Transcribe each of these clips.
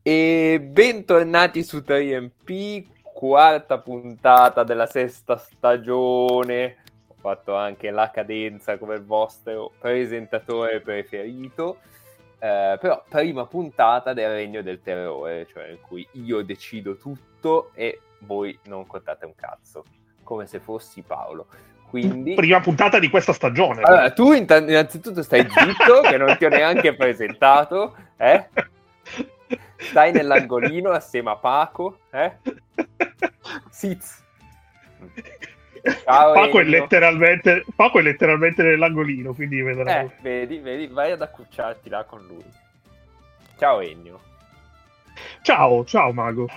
E bentornati su 3MP, quarta puntata della sesta stagione. Ho fatto anche la cadenza come il vostro presentatore preferito. Però prima puntata del Regno del Terrore, cioè in cui io decido tutto e voi non contate un cazzo, come se fossi Paolo. Quindi prima puntata di questa stagione. allora, tu innanzitutto stai zitto, che non ti ho neanche presentato, eh? Stai nell'angolino assieme a Paco, eh? Siz. Ciao, Paco è Ennio. letteralmente nell'angolino, quindi vedrà. Vedi, vai ad accucciarti là con lui. Ciao Ennio. Ciao Mago.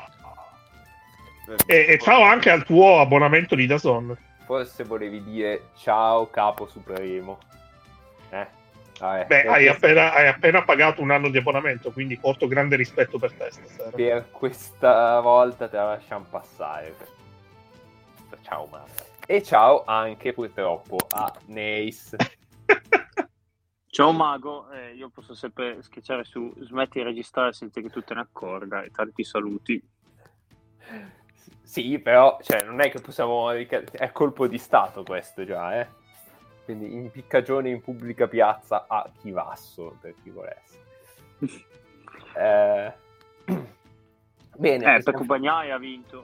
E ciao anche al tuo abbonamento di DAZN. Forse volevi dire ciao Capo Supremo. Vabbè, Beh, hai appena pagato un anno di abbonamento, quindi porto grande rispetto per te stasera. Per questa volta te la lasciamo passare. Ciao Mago. E ciao anche purtroppo a Neis. Ciao Mago, io posso sempre schiacciare su smetti di registrare senza che tu te ne accorga, e tanti saluti. Sì, però cioè, non è che possiamo... È colpo di Stato questo già, Quindi impiccagione in pubblica piazza a Chivasso, per chi volesse. Bene. Per Bagnai ha vinto.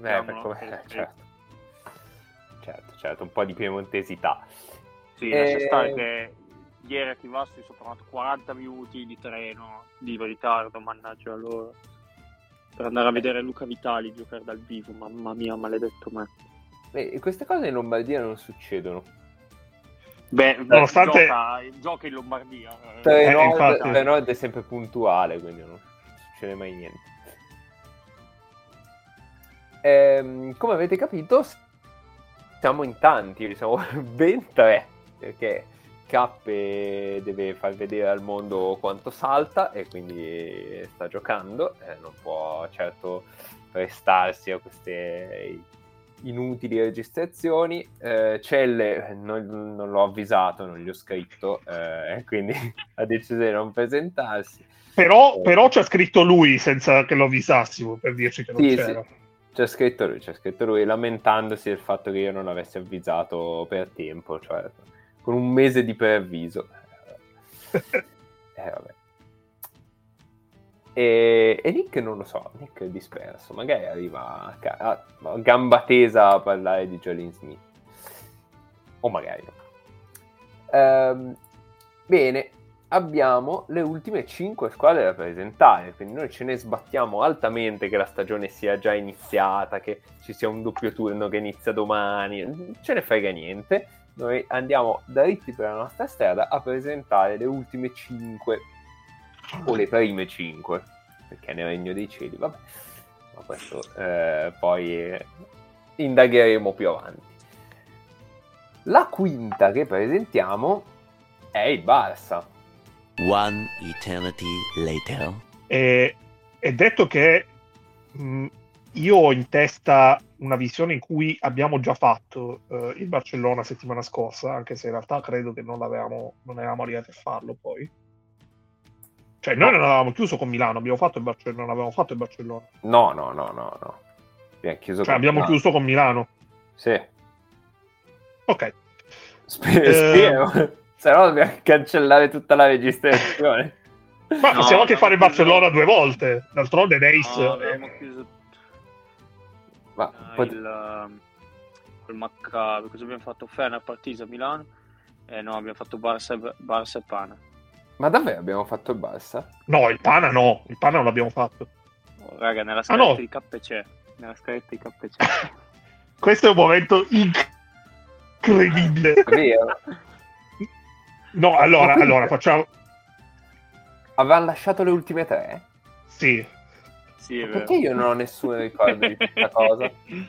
Certo, un po' di piemontesità. Sì, lascia stare che ieri a Chivasso mi sono fatto 40 minuti di treno di ritardo, mannaggia loro, per andare a vedere Luca Vitali giocare dal vivo. Mamma mia, maledetto me. Queste cose in Lombardia non succedono. Beh, nonostante gioca in Lombardia. Trenord è sempre puntuale, quindi non succede mai niente. Come avete capito, siamo in tanti, siamo ben tre, perché Cappe deve far vedere al mondo quanto salta e quindi sta giocando, non può certo prestarsi a queste inutili registrazioni. Celle non l'ho avvisato, non gli ho scritto, quindi ha deciso di non presentarsi. Però c'è scritto lui senza che lo avvisassimo, per dirci che non c'era. Sì. C'è scritto lui lamentandosi del fatto che io non avessi avvisato per tempo, cioè con un mese di preavviso. Vabbè. E Nick non lo so, Nick è disperso, magari arriva a gamba tesa a parlare di Jolene Smith, o magari no. Bene, abbiamo le ultime 5 squadre da presentare, quindi noi ce ne sbattiamo altamente che la stagione sia già iniziata, che ci sia un doppio turno che inizia domani, non ce ne frega niente. Noi andiamo dritti per la nostra strada a presentare le ultime 5 o le prime 5, perché nel Regno dei Cieli, vabbè, ma questo poi indagheremo più avanti. La quinta che presentiamo è il Barça. One eternity later. E detto che io ho in testa una visione in cui abbiamo già fatto il Barcellona settimana scorsa, anche se in realtà credo che non eravamo arrivati a farlo poi. Cioè noi non avevamo chiuso con Milano, abbiamo fatto il Barcellona, non avevamo fatto il Barcellona. No. Abbiamo chiuso chiuso con Milano. Sì. Ok. Spero. Se no dobbiamo cancellare tutta la registrazione. Ma possiamo anche fare il Barcellona 2 volte. D'altronde Neis. No, abbiamo chiuso col Maccabi. Cosa abbiamo fatto? Fener, Partisa, Milano. No, abbiamo fatto Barça e Pana. Ma davvero abbiamo fatto il Barça? No, il Pana no. Il Pana non l'abbiamo fatto. Oh, raga, nella scaletta di K c'è. Questo è un momento incredibile. È vero. No, allora facciamo. Avevano lasciato le ultime 3? Sì. Sì, è vero. Perché io non ho nessun ricordo di questa cosa?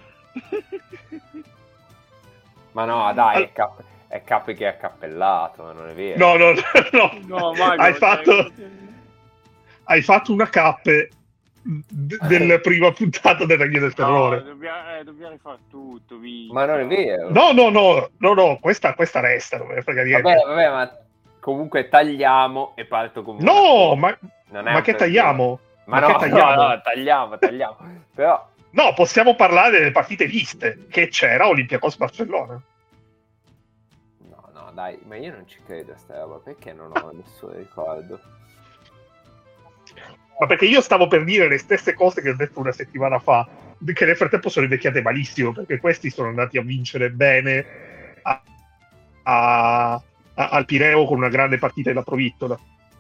Ma no, dai, è Cap che è accappellato, non è vero? No, Mago, hai fatto una K della prima puntata del Regno del Terrore. Dobbiamo rifare tutto. Ma non è vero. No, questa resta, non me ne frega niente. Vabbè, ma comunque tagliamo e parto con... No, ma che tagliamo? Ma Perché no, tagliamo? tagliamo. Però... No, possiamo parlare delle partite viste, che c'era Olympiacos Barcellona. No, dai, ma io non ci credo a sta roba, perché non ho nessun ricordo? Ma perché io stavo per dire le stesse cose che ho detto una settimana fa, che nel frattempo sono invecchiate malissimo, perché questi sono andati a vincere bene al Pireo con una grande partita della Provittola.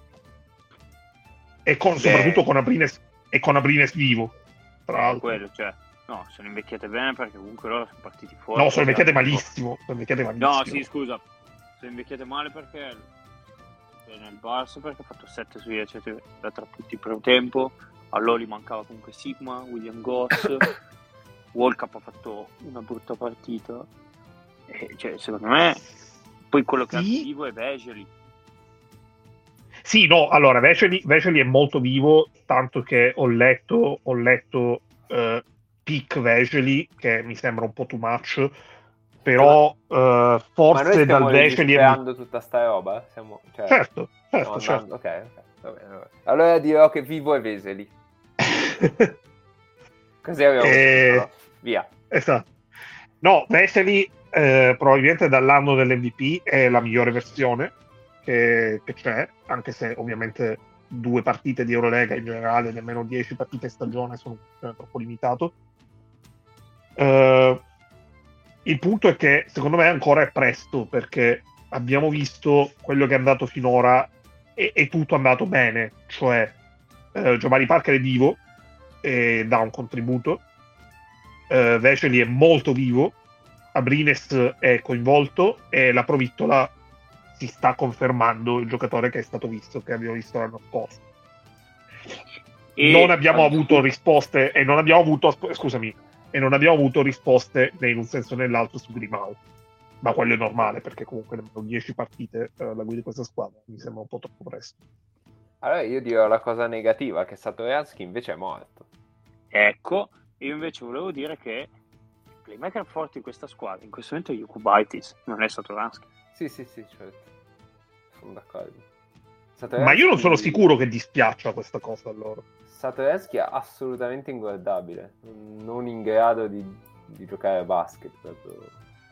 E soprattutto con Abrines vivo, tra l'altro. Quello, cioè, no, sono invecchiate bene perché comunque loro sono partiti fuori. No, sono invecchiate malissimo. No, sì, scusa, sono invecchiate male perché nel Barça perché ha fatto 7 su 10 da tra tutti il primo tempo. A Loli mancava comunque Sigma, William Goss. World Cup ha fatto una brutta partita. E, cioè, secondo me, poi quello che ha vivo è Vesely. Sì, no, allora Vesely è molto vivo, tanto che ho letto Pick Vesely, che mi sembra un po' too much, però forse ma noi stiamo dal Vesely registrando tutta sta roba? Cioè, certo. Ok, va bene. Allora dirò che vivo è Vesely. Così abbiamo detto, via. Esatto. No, Vesely probabilmente dall'anno dell'MVP è la migliore versione che c'è, anche se ovviamente 2 partite di Eurolega in generale, nemmeno 10 partite in stagione sono troppo limitato. Il punto è che secondo me ancora è presto, perché abbiamo visto quello che è andato finora e tutto è andato bene, cioè Giovanni Parker è vivo e dà un contributo, Vesely è molto vivo, Abrines è coinvolto e la Provittola si sta confermando il giocatore che è stato visto, che abbiamo visto l'anno scorso. Non abbiamo avuto risposte e non abbiamo avuto risposte né in un senso né nell'altro su Grimau, ma quello è normale perché comunque nemmeno 10 partite la guida di questa squadra mi sembra un po' troppo presto. Allora io dirò la cosa negativa, che Satoransky invece è morto. Ecco, io invece volevo dire che il playmaker forte di questa squadra in questo momento è Jokubaitis, non è Satoransky. Sì, certo. Sono d'accordo. Ma io non sono sicuro che dispiaccia questa cosa a loro. Satoransky è assolutamente inguardabile, non in grado di giocare a basket proprio.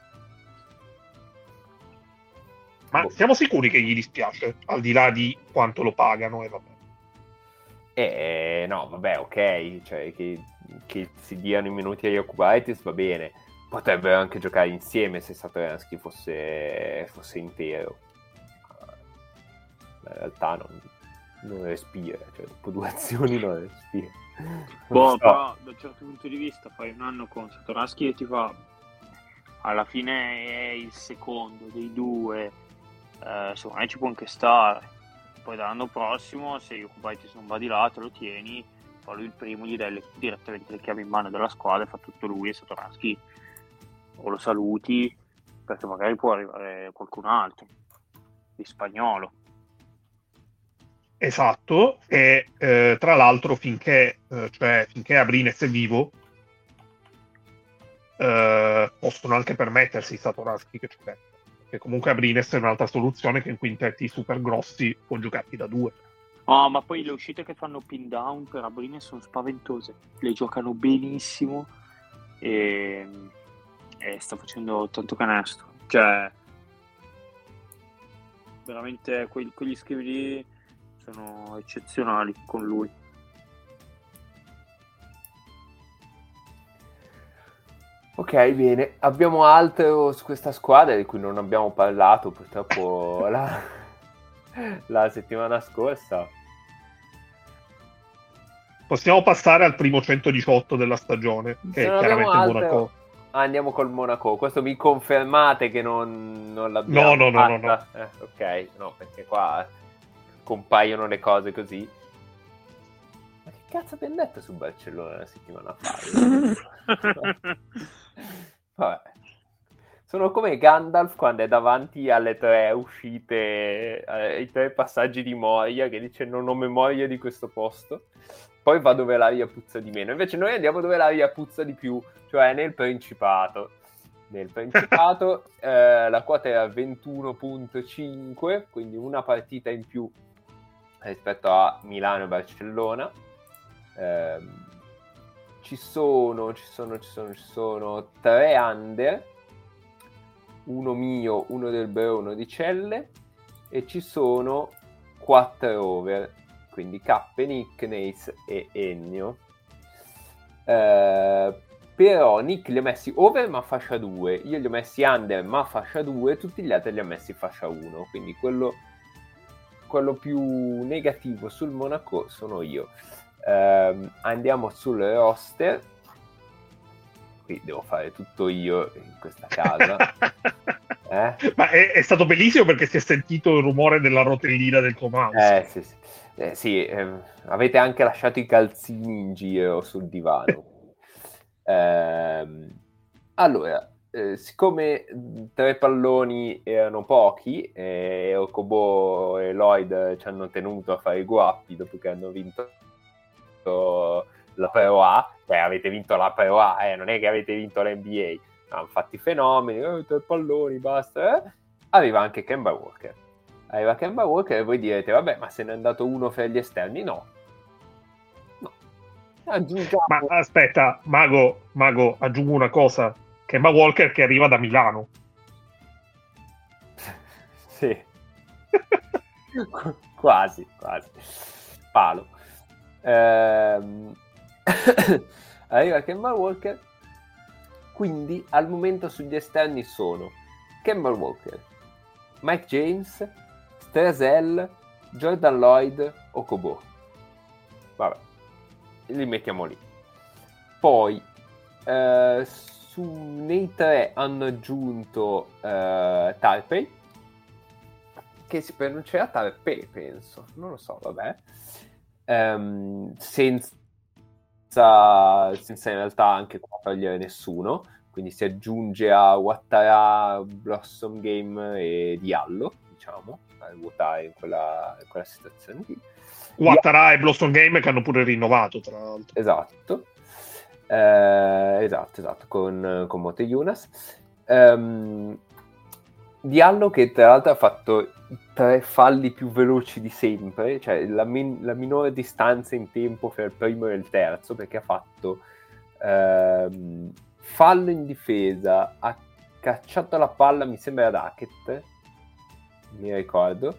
Ma siamo sicuri che gli dispiace, al di là di quanto lo pagano e vabbè. No, vabbè, ok, cioè che si diano i minuti agli Jokubaitis va bene, potrebbero anche giocare insieme se Satoransky fosse intero. Ma in realtà non respira, cioè dopo 2 azioni non respira. Però da un certo punto di vista fai un anno con Satoransky e ti fa, alla fine è il secondo dei 2, secondo me ci può anche stare. Poi dall'anno prossimo, se Jokubaitis non va di là, te lo tieni, fa lui il primo, gli dai direttamente le chiavi in mano della squadra e fa tutto lui, e Satoransky o lo saluti perché magari può arrivare qualcun altro di spagnolo. Esatto, e tra l'altro finché Abrines è vivo possono anche permettersi Satoransky che c'è, che comunque Abrines è un'altra soluzione che in quintetti super grossi può giocarti da 2. Ma poi le uscite che fanno pin down per Abrines sono spaventose, le giocano benissimo e sta facendo tanto canestro, cioè veramente quegli schemi lì sono eccezionali con lui. Ok, bene. Abbiamo altro su questa squadra di cui non abbiamo parlato purtroppo la settimana scorsa. Possiamo passare al primo 118 della stagione, che è chiaramente il Monaco. Andiamo col Monaco. Questo mi confermate che non l'abbiamo No. ok, no, perché qua compaiono le cose così. Ma che cazzo abbiamo detto su Barcellona la settimana fa? Vabbè. Sono come Gandalf quando è davanti alle 3 uscite, ai 3 passaggi di Moria, che dice non ho memoria di questo posto, poi va dove l'aria puzza di meno. Invece noi andiamo dove l'aria puzza di più, cioè nel Principato. Nel Principato la quota era 21.5, quindi una partita in più rispetto a Milano e Barcellona. Ci sono 3 under, uno mio, uno del Bro, uno di Celle, e ci sono 4 over, quindi K, Nick, Nace e Ennio. Però Nick li ha messi over ma fascia 2, io li ho messi under ma fascia 2, tutti gli altri li ha messi fascia 1, quindi quello più negativo sul Monaco sono io. Andiamo sul roster, qui devo fare tutto io in questa casa. Ma è stato bellissimo perché si è sentito il rumore della rotellina del tuo mouse. Sì, avete anche lasciato i calzini in giro sul divano. Allora, siccome 3 palloni erano pochi, Okobo e Lloyd ci hanno tenuto a fare i guappi dopo che hanno vinto la Pro A, cioè avete vinto la Pro A, non è che avete vinto l'NBA, hanno fatto i fenomeni, 3 palloni, basta. Arriva anche Kemba Walker. E voi direte, vabbè, ma se n'è andato uno fra gli esterni? No. Aggiungiamo... Ma aspetta, Mago, aggiungo una cosa. Kemba Walker che arriva da Milano. Sì. quasi. Palo. Arriva Kemba Walker. Quindi al momento sugli esterni sono Kemba Walker, Mike James, Strasel, Jordan Lloyd, Okobo. Vabbè, li mettiamo lì. Poi nei 3 hanno aggiunto Tarpey, che si pronuncerà Tarpey, penso, non lo so, vabbè. Senza in realtà anche qua togliere nessuno, quindi si aggiunge a Ouattara, Blossom Game e Diallo, diciamo, a ruotare in quella situazione lì. Ouattara e Blossom Game che hanno pure rinnovato, tra l'altro. Esatto, con Monte Jonas. Diallo che tra l'altro ha fatto i 3 falli più veloci di sempre, cioè la minore distanza in tempo fra il primo e il terzo, perché ha fatto fallo in difesa, ha cacciato la palla, mi sembra ad Hackett, mi ricordo,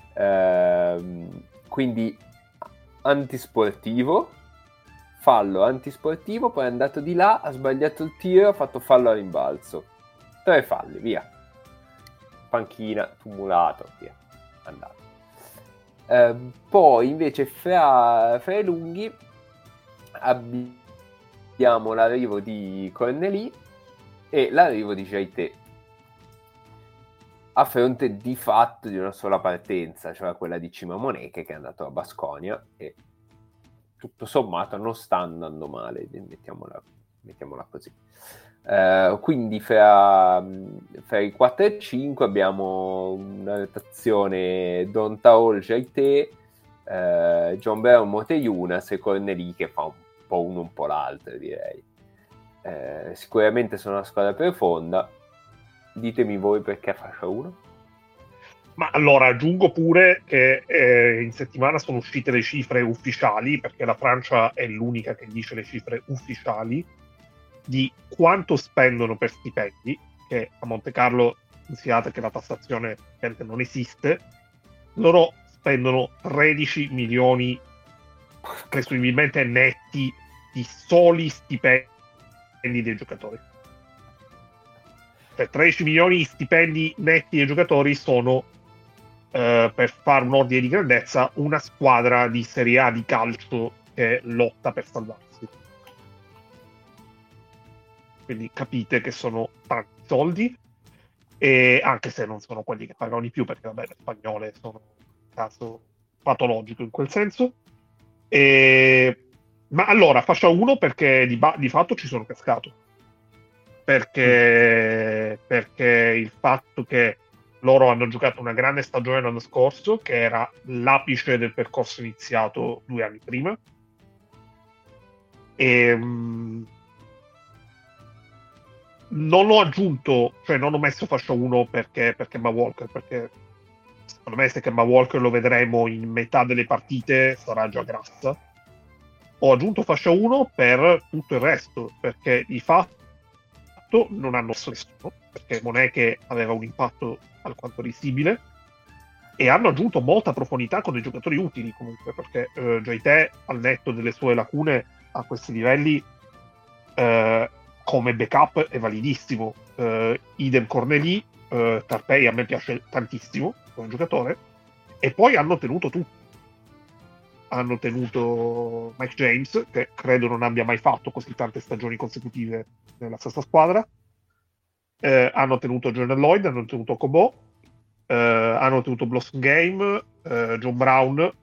quindi antisportivo, fallo antisportivo, poi è andato di là, ha sbagliato il tiro, ha fatto fallo a rimbalzo, 3 falli, via, panchina, tumulato, via, andato. Poi invece fra i lunghi abbiamo l'arrivo di Corneli e l'arrivo di JT, a fronte di fatto di una sola partenza, cioè quella di Cima Moneke, che è andato a Baskonia e tutto sommato non sta andando male, mettiamola così. Quindi fra i 4 e 5 abbiamo una rotazione Donta Hall, JT, John Brown, Monte Jonas e Corneli, che fa un po' uno un po' l'altro, direi. Sicuramente sono una squadra profonda. Ditemi voi perché fascia 1. Ma allora aggiungo pure che in settimana sono uscite le cifre ufficiali, perché la Francia è l'unica che dice le cifre ufficiali di quanto spendono per stipendi, che a Monte Carlo considerate che la tassazione non esiste. Loro spendono 13 milioni presumibilmente netti di soli stipendi dei giocatori. Cioè 13 milioni di stipendi netti dei giocatori sono, per fare un ordine di grandezza, una squadra di Serie A di calcio che lotta per salvarsi. Quindi capite che sono tanti soldi, e anche se non sono quelli che pagano di più, perché vabbè, le spagnole sono un caso patologico in quel senso. Ma allora fascia 1 perché di fatto ci sono cascato, perché il fatto che loro hanno giocato una grande stagione l'anno scorso, che era l'apice del percorso iniziato 2 anni prima, e non ho aggiunto, cioè non ho messo fascia 1 perché Kemba Walker, perché secondo me se Kemba Walker lo vedremo in metà delle partite sarà già grassa, ho aggiunto fascia 1 per tutto il resto, perché di fatto non hanno nessuno, perché non è che aveva un impatto alquanto risibile, e hanno aggiunto molta profondità con dei giocatori utili comunque, perché JT, al netto delle sue lacune a questi livelli, come backup è validissimo. Idem Corneli, Tarpei a me piace tantissimo come giocatore, e poi hanno tenuto tutti. Hanno tenuto Mike James, che credo non abbia mai fatto così tante stagioni consecutive nella stessa squadra. Hanno tenuto Jordan Lloyd, hanno tenuto Kobo, hanno tenuto Blossom Game, John Brown.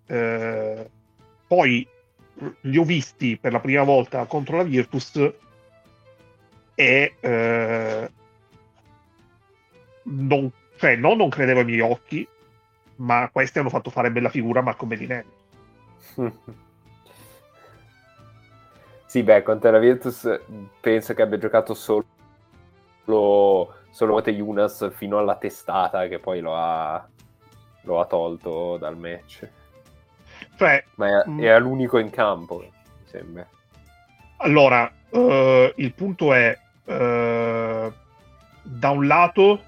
Poi li ho visti per la prima volta contro la Virtus e non credevo ai miei occhi, ma questi hanno fatto fare bella figura a Marco Bellinelli. Sì, beh, contro la Virtus penso che abbia giocato solo Jonas fino alla testata, che poi lo ha tolto dal match. Cioè, ma era l'unico in campo, mi sembra. Allora, il punto è, da un lato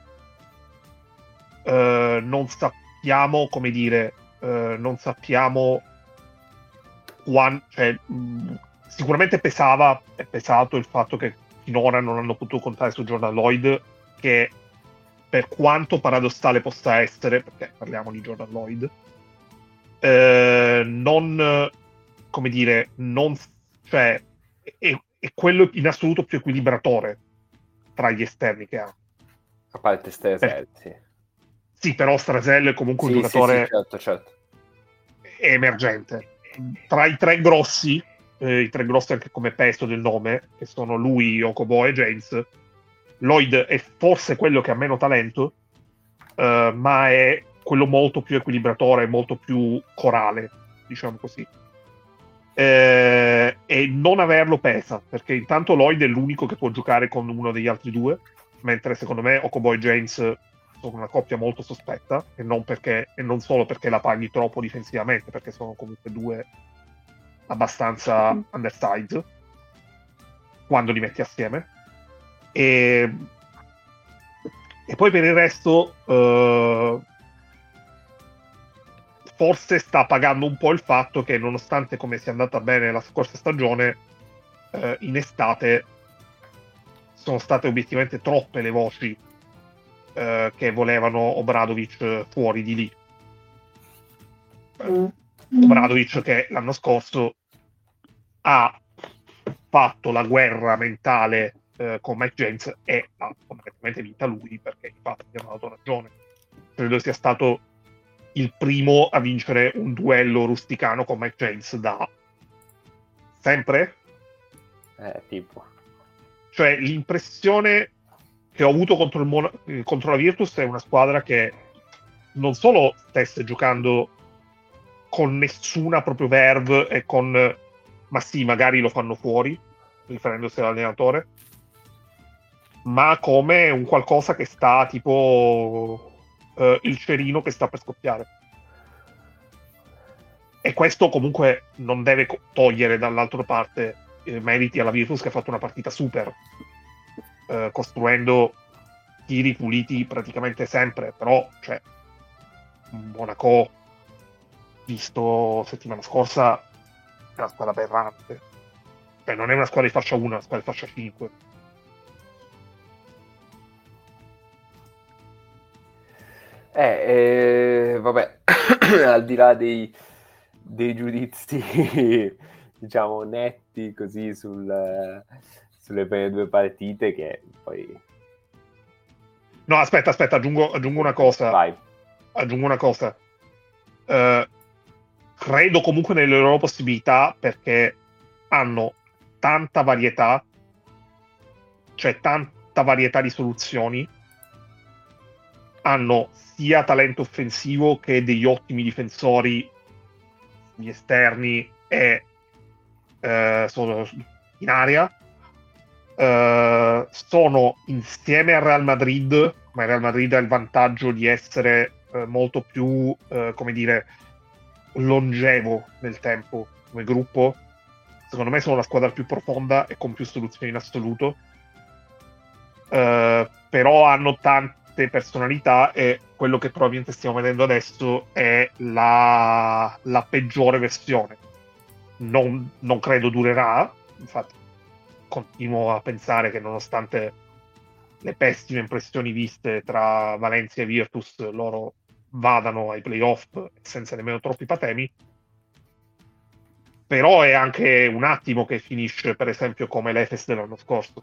non sappiamo, come dire, non sappiamo sicuramente è pesato il fatto che finora non hanno potuto contare su Jordan Lloyd, che per quanto paradossale possa essere, perché parliamo di Jordan Lloyd, non, come dire, non, cioè, è quello in assoluto più equilibratore tra gli esterni che ha. A parte Strasel, sì. Sì, però Strasel è comunque un giocatore certo. emergente. Tra i tre grossi anche come peso del nome, che sono lui, Okobo e James, Lloyd è forse quello che ha meno talento, ma è quello molto più equilibratore, molto più corale, diciamo così. E non averlo pesa, perché intanto Lloyd è l'unico che può giocare con uno degli altri due, mentre secondo me Okobo e James sono una coppia molto sospetta, e non solo perché la paghi troppo difensivamente, perché sono comunque due abbastanza undersized quando li metti assieme. E poi per il resto forse sta pagando un po' il fatto che, nonostante come sia andata bene la scorsa stagione, in estate sono state obiettivamente troppe le voci che volevano Obradovic fuori di lì. Obradovic, che l'anno scorso ha fatto la guerra mentale con Mike James, e ha fondamentalmente vinta lui, perché infatti gli hanno dato ragione. Credo sia stato il primo a vincere un duello rusticano con Mike James da sempre. Tipo. Cioè, l'impressione che ho avuto contro la Virtus è una squadra che non solo stesse giocando con nessuna proprio verve e con ma sì, magari lo fanno fuori, riferendosi all'allenatore, ma come un qualcosa che sta tipo il cerino che sta per scoppiare. E questo comunque non deve togliere dall'altra parte meriti alla Virtus, che ha fatto una partita super, costruendo tiri puliti praticamente sempre, però cioè Monaco, visto settimana scorsa, è una squadra aberrante. Cioè non è una squadra di fascia 1, è una squadra di fascia 5. Vabbè, al di là dei giudizi diciamo netti così sulle prime due partite, che poi no, aspetta, aggiungo una cosa. Vai. Aggiungo una cosa. Credo comunque nelle loro possibilità, perché hanno tanta varietà, cioè tanta varietà di soluzioni. Hanno sia talento offensivo che degli ottimi difensori, gli esterni e sono in area. Sono insieme al Real Madrid, ma il Real Madrid ha il vantaggio di essere molto più, come dire, longevo nel tempo come gruppo. secondo me sono la squadra più profonda e con più soluzioni in assoluto, però hanno tante personalità e quello che probabilmente stiamo vedendo adesso è la peggiore versione. Non credo durerà, infatti continuo a pensare che nonostante le pessime impressioni viste tra Valencia e Virtus, loro vadano ai playoff senza nemmeno troppi patemi. Però è anche un attimo che finisce, per esempio, come l'Efes dell'anno scorso.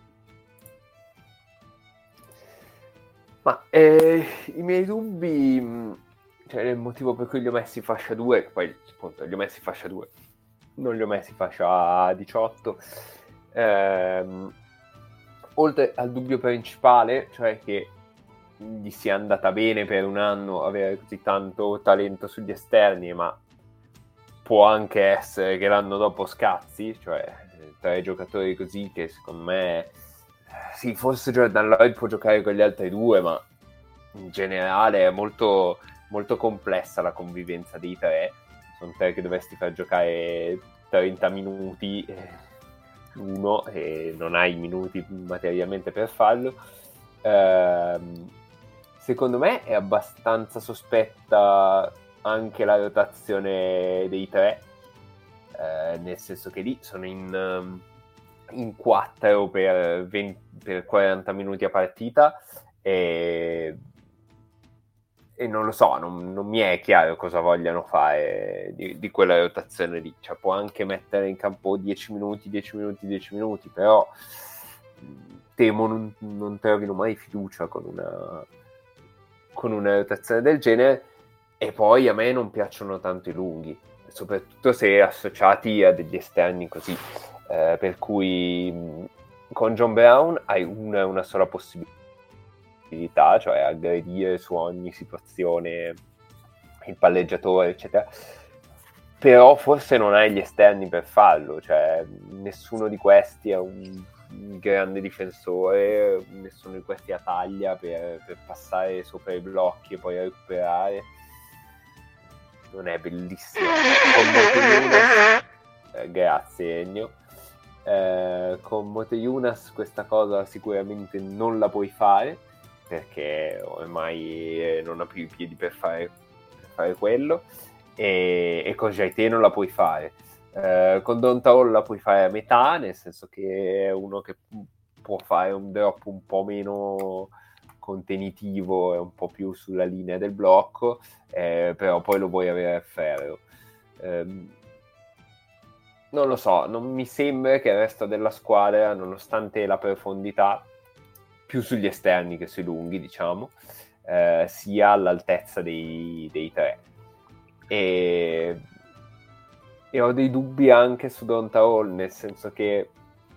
Ma i miei dubbi, cioè il motivo per cui li ho messi fascia 2, che poi appunto li ho messi fascia 2, non li ho messi fascia 18, oltre al dubbio principale, cioè che gli sia andata bene per un anno avere così tanto talento sugli esterni, ma può anche essere che l'anno dopo scazzi, cioè 3 giocatori così che secondo me sì, forse Jordan Lloyd può giocare con gli altri 2, ma in generale è molto, molto complessa la convivenza dei 3. Sono 3 che dovresti far giocare 30 minuti uno e non hai minuti materialmente per farlo. Secondo me è abbastanza sospetta anche la rotazione dei 3, nel senso che lì sono in 4 per 40 minuti a partita e non lo so, non mi è chiaro cosa vogliano fare di quella rotazione lì. Cioè, può anche mettere in campo 10 minuti, però temo non trovino mai fiducia con una rotazione del genere. E poi a me non piacciono tanto i lunghi, soprattutto se associati a degli esterni così, per cui con John Brown hai una sola possibilità, cioè aggredire su ogni situazione il palleggiatore, eccetera, però forse non hai gli esterni per farlo, cioè nessuno di questi è un grande difensore, nessuno di questi ha taglia per passare sopra i blocchi e poi recuperare. Non è bellissimo. Grazie Ennio. Con Motiejunas questa cosa sicuramente non la puoi fare, perché ormai non ha più i piedi per fare quello, e con Jaité non la puoi fare. Con Donta-Hall la puoi fare a metà, nel senso che è uno che può fare un drop un po' meno contenitivo e un po' più sulla linea del blocco, però poi lo vuoi avere a ferro. Non lo so, non mi sembra che il resto della squadra, nonostante la profondità più sugli esterni che sui lunghi, diciamo, sia all'altezza dei 3. E ho dei dubbi anche su Donta-Hall, nel senso che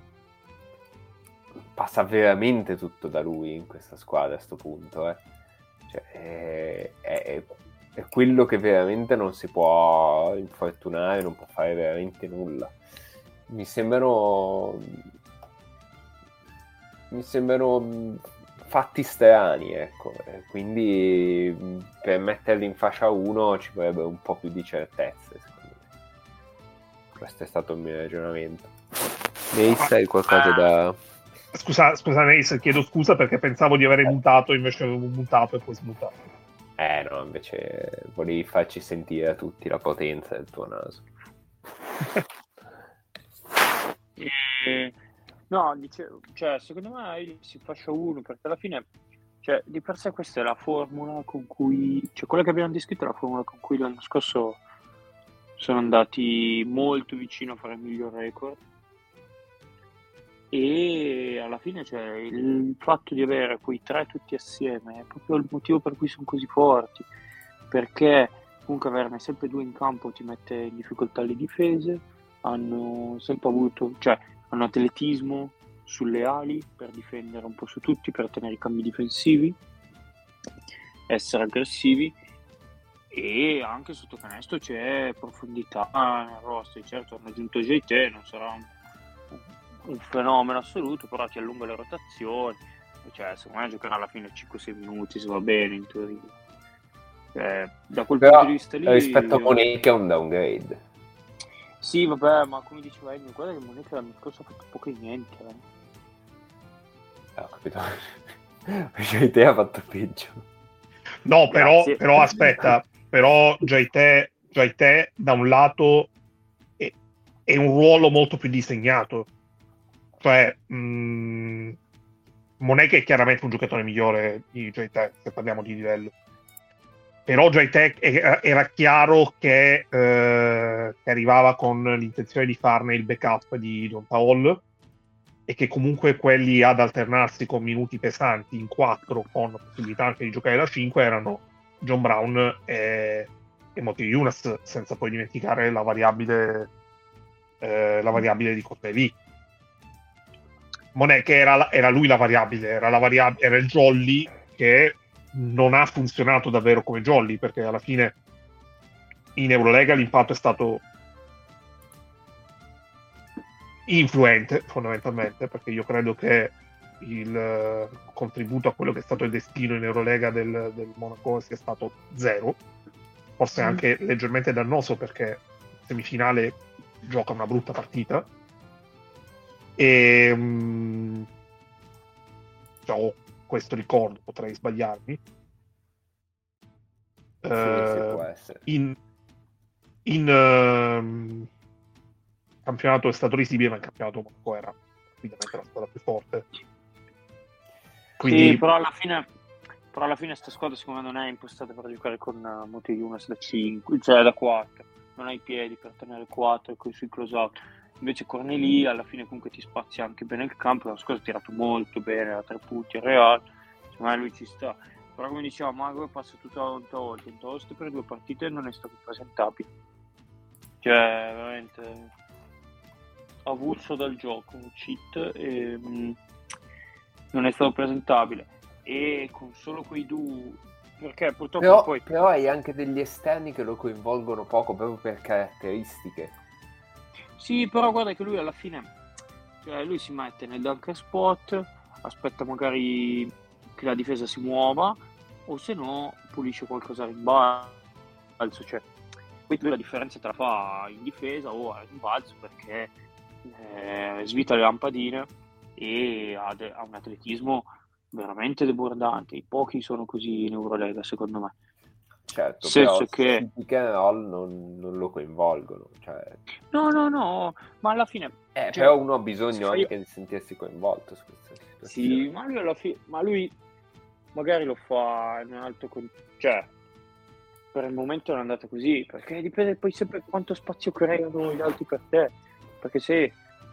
passa veramente tutto da lui in questa squadra a sto punto, Cioè, è quello che veramente non si può infortunare, non può fare veramente nulla. Mi sembrano fatti strani, ecco, quindi per metterli in fascia 1 ci vorrebbe un po' più di certezze, secondo me. Questo è stato il mio ragionamento. Mace, hai qualcosa da... Scusa Mace, chiedo scusa perché pensavo di avere mutato, invece avevo mutato e poi smutato. No, invece volevi farci sentire a tutti la potenza del tuo naso. No, dicevo, cioè, secondo me si fascia 1 perché alla fine, cioè, di per sé questa è la formula con cui, cioè quella che abbiamo descritto è la formula con cui l'anno scorso sono andati molto vicino a fare il miglior record, e alla fine, cioè, il fatto di avere quei 3 tutti assieme è proprio il motivo per cui sono così forti, perché comunque averne sempre 2 in campo ti mette in difficoltà le difese, hanno sempre avuto, cioè hanno atletismo sulle ali per difendere un po' su tutti, per tenere i cambi difensivi, essere aggressivi, e anche sotto canestro c'è profondità nel roster. Certo, hanno aggiunto JT, non sarà un fenomeno assoluto, però ti allunga le rotazioni, cioè secondo me giocherà alla fine 5-6 minuti se va bene in teoria. Da quel però, punto di vista lì, rispetto a Monet è un downgrade. Sì, vabbè, ma come diceva Ennio, guarda che Monet l'anno scorso ha fatto poco e niente. Ho capito. Cioè, te ha fatto peggio. No, Grazie. però aspetta, però Jaite da un lato è un ruolo molto più disegnato. Cioè, Monet è chiaramente un giocatore migliore di Jaite, se parliamo di livello. Però Jaite era chiaro che arrivava con l'intenzione di farne il backup di John Paul, e che comunque quelli ad alternarsi con minuti pesanti in 4, con possibilità anche di giocare da 5, erano John Brown e Monty Yunus, senza poi dimenticare la variabile di Cortelli. Non è che era lui la variabile, era il jolly che non ha funzionato davvero come jolly, perché alla fine in Eurolega l'impatto è stato influente fondamentalmente, perché io credo che il contributo a quello che è stato il destino in Eurolega del Monaco sia stato zero, forse anche leggermente dannoso, perché in semifinale gioca una brutta partita e ho questo ricordo, potrei sbagliarmi. Sì, può essere. In campionato è stato risibile, ma il campionato Monaco era ovviamente la squadra più forte. Quindi... Sì, però alla fine sta squadra secondo me non è impostata per giocare con Monty Yunus da 5, cioè da 4. Non ha i piedi per tenere 4 e sui close out. Invece Corneli alla fine comunque ti spazia anche bene il campo. L'anno scorso ha tirato molto bene a 3 punti al Real, secondo me lui ci sta. Però come diceva Mago, è passato tutta la volta in toast per 2 partite e non è stato presentabile. Cioè veramente avulso dal gioco, un cheat, e non è stato presentabile, e con solo quei due, perché purtroppo però hai anche degli esterni che lo coinvolgono poco proprio per caratteristiche. Sì, però guarda che lui alla fine, cioè lui si mette nel dunker spot, aspetta magari che la difesa si muova, o se no pulisce qualcosa in rimbalzo, cioè poi lui la differenza te la fa in difesa o a rimbalzo, perché svita le lampadine e ha un atletismo veramente debordante. I pochi sono così in Eurolega, secondo me. Certo, Senso però che pick and roll non lo coinvolgono, cioè... no, ma alla fine cioè, però uno ha bisogno anche di sentirsi coinvolto su questa situazione. sì, ma lui lui magari lo fa in un altro cioè per il momento non è andata così, perché dipende poi sempre quanto spazio creano gli altri per te, perché se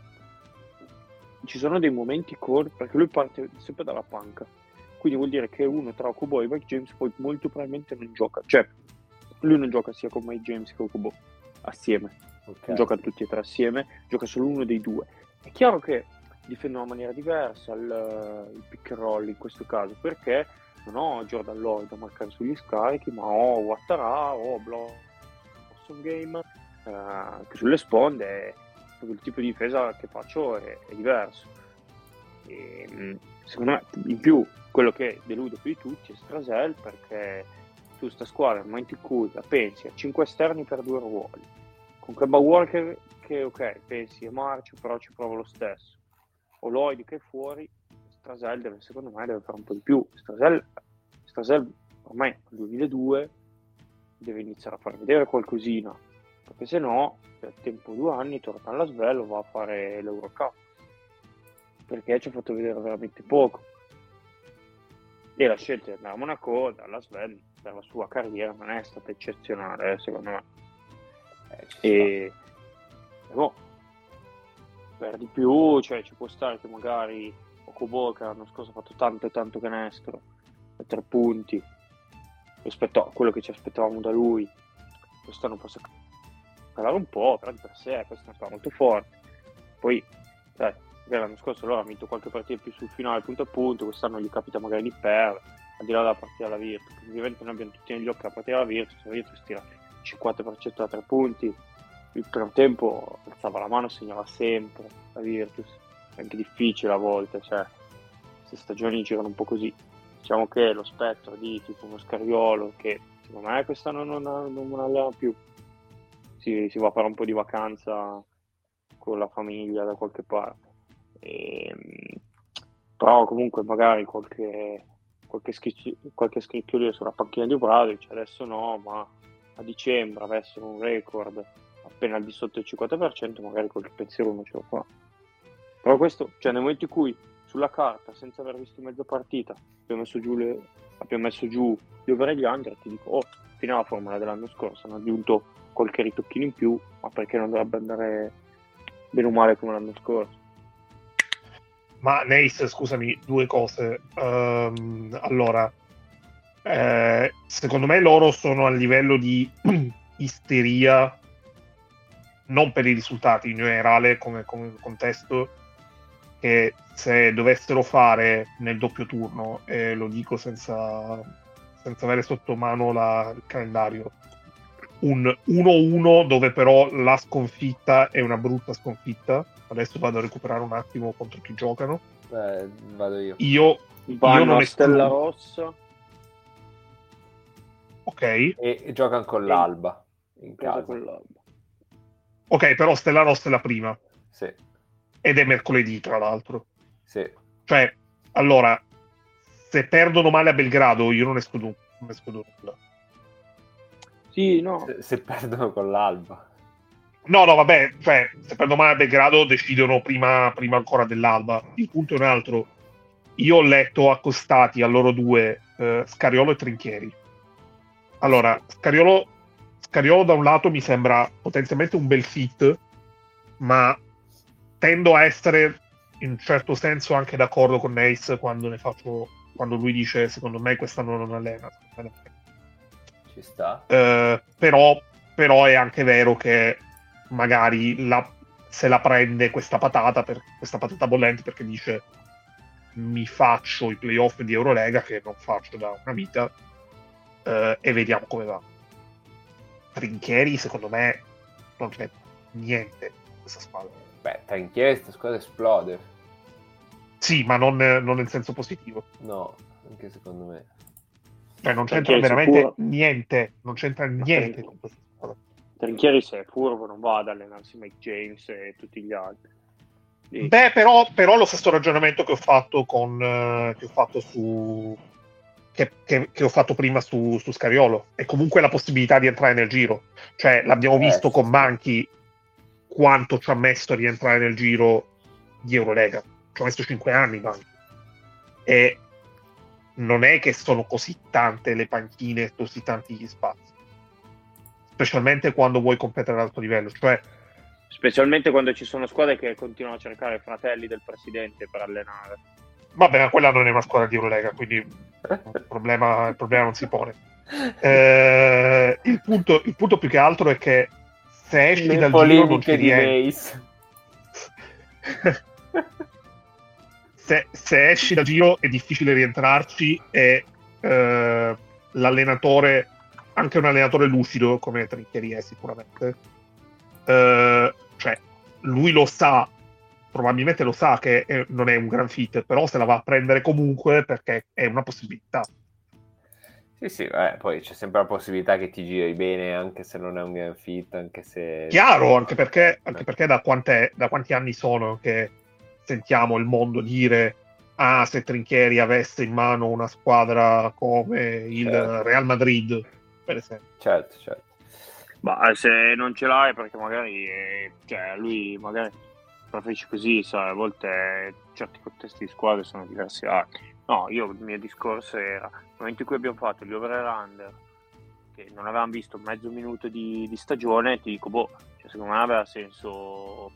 ci sono dei momenti perché lui parte sempre dalla panca, quindi vuol dire che uno tra Okubo e Mike James poi molto probabilmente non gioca, cioè lui non gioca sia con Mike James che Okubo assieme, non giocano tutti e tre assieme, gioca solo uno dei due. È chiaro che difende in una maniera diversa il pick and roll in questo caso, perché non ho Jordan Lloyd da marcare sugli scarichi, ma ho Ouattara, ho Blossom Game che sulle sponde. Il tipo di difesa che faccio è diverso, e secondo me in più quello che delude più di tutti è Strasel, perché tu sta squadra nel momento in cui la pensi a 5 esterni per 2 ruoli, con Kemba Walker che ok pensi è marcio però ci provo lo stesso, o Lloyd che è fuori, Strasel secondo me deve fare un po' di più. Strasel ormai nel 2002 deve iniziare a far vedere qualcosina, perché se no per tempo 2 anni torna alla Svel, va a fare l'Eurocup, perché ci ha fatto vedere veramente poco, e la scelta di andare a Monaco dalla Svel per la sua carriera non è stata eccezionale, secondo me, e no, per di più, cioè ci può stare che magari Okubo, che l'anno scorso ha fatto tanto canestro a 3 punti rispetto a quello che ci aspettavamo da lui, quest'anno possa calare un po', però di per sé questa è una squadra molto forte. Poi l'anno scorso loro hanno vinto qualche partita più sul finale punto a punto, quest'anno gli capita magari di perdere, al di là della partita alla Virtus, ovviamente noi abbiamo tutti negli occhi la partita alla Virtus, la Virtus tira 50% da 3 punti, il primo tempo alzava la mano, segnava sempre la Virtus, è anche difficile a volte, cioè queste stagioni girano un po' così. Diciamo che lo spettro di tipo uno Scariolo, che secondo me quest'anno non allena più, si va a fare un po' di vacanza con la famiglia da qualche parte. Però comunque magari qualche scricchiolio sulla panchina di Obradovic, adesso no, ma a dicembre avessero un record appena al di sotto il 50%, magari qualche pensiero non ce lo fa. Però questo, cioè nel momento in cui sulla carta, senza aver visto mezza partita, abbiamo messo giù gli over e gli under, ti dico, fino alla formula dell'anno scorso hanno aggiunto qualche ritocchino in più, ma perché non dovrebbe andare bene o male come l'anno scorso? Ma Neis, scusami, due cose. Allora, secondo me loro sono a livello di isteria, non per i risultati in generale come contesto, che se dovessero fare nel doppio turno, e lo dico senza avere sotto mano il calendario, un 1-1 dove però la sconfitta è una brutta sconfitta. Adesso vado a recuperare un attimo contro chi giocano. Vado io. Io non Stella Rossa. Ok. E giocano con l'Alba in casa. Con l'Alba. Ok, però Stella Rossa è la prima. Sì. Ed è mercoledì, tra l'altro. Sì. Cioè, allora, se perdono male a Belgrado, io non escludo nulla. Sì, no. Se perdono con l'Alba. No, vabbè, cioè, se perdono male a Belgrado decidono prima ancora dell'Alba. Il punto è un altro. Io ho letto accostati a loro due Scariolo e Trinchieri. Allora, Scariolo da un lato mi sembra potenzialmente un bel fit, ma tendo a essere in un certo senso anche d'accordo con Ace quando lui dice secondo me quest'anno non allena. Ci sta. Però è anche vero che magari se la prende questa patata bollente, perché dice mi faccio i playoff di Eurolega che non faccio da una vita, e vediamo come va. Trinchieri secondo me non c'è niente in questa squadra. Beh, Trinchieri questa squadra esplode. Sì, ma non nel senso positivo. No, anche secondo me. Cioè non c'entra veramente niente. Non c'entra niente con questa squadra. Trinchieri, se è furbo, non va ad allenarsi Mike James e tutti gli altri. Sì. Beh, però lo stesso ragionamento che ho fatto che ho fatto prima su Scariolo, è comunque la possibilità di entrare nel giro. Cioè l'abbiamo visto con Banchi quanto ci ha messo a rientrare nel giro di Eurolega. Ci ha messo 5 anni Banchi. E non è che sono così tante le panchine, così tanti gli spazi, specialmente quando vuoi competere ad alto livello, cioè specialmente quando ci sono squadre che continuano a cercare fratelli del presidente per allenare. Vabbè, ma quella non è una squadra di Eurolega, quindi il problema non si pone. Il punto più che altro è che se esci dal giro non ci rientri. Se esci dal giro è difficile rientrarci, e l'allenatore, anche un allenatore lucido come Trinchieri è sicuramente, cioè lui lo sa, probabilmente lo sa che non è un gran fit, però se la va a prendere comunque perché è una possibilità. Sì, poi c'è sempre la possibilità che ti giri bene anche se non è un gran fit, anche se... Chiaro, anche perché da quanti anni sono che sentiamo il mondo dire se Trinchieri avesse in mano una squadra come il Real Madrid, per esempio. Certo. Ma se non ce l'hai perché magari lui magari preferisce così, sai, a volte certi contesti di squadre sono diversi da altri. No, il mio discorso era nel momento in cui abbiamo fatto gli over e under, che non avevamo visto mezzo minuto di stagione, ti dico, secondo me aveva senso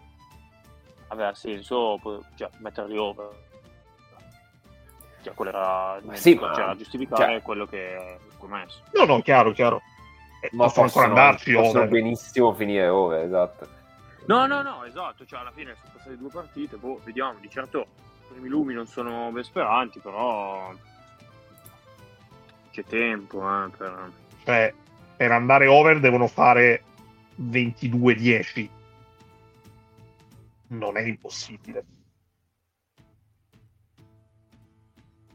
metterli over. Quello era c'era a giustificare quello che ho messo. No, chiaro. Ma possono andarci possono benissimo finire over, esatto. No, esatto, alla fine sono passate 2 partite, vediamo, di certo i primi lumi non sono ben speranti, però c'è tempo per andare over devono fare 22-10. Non è impossibile.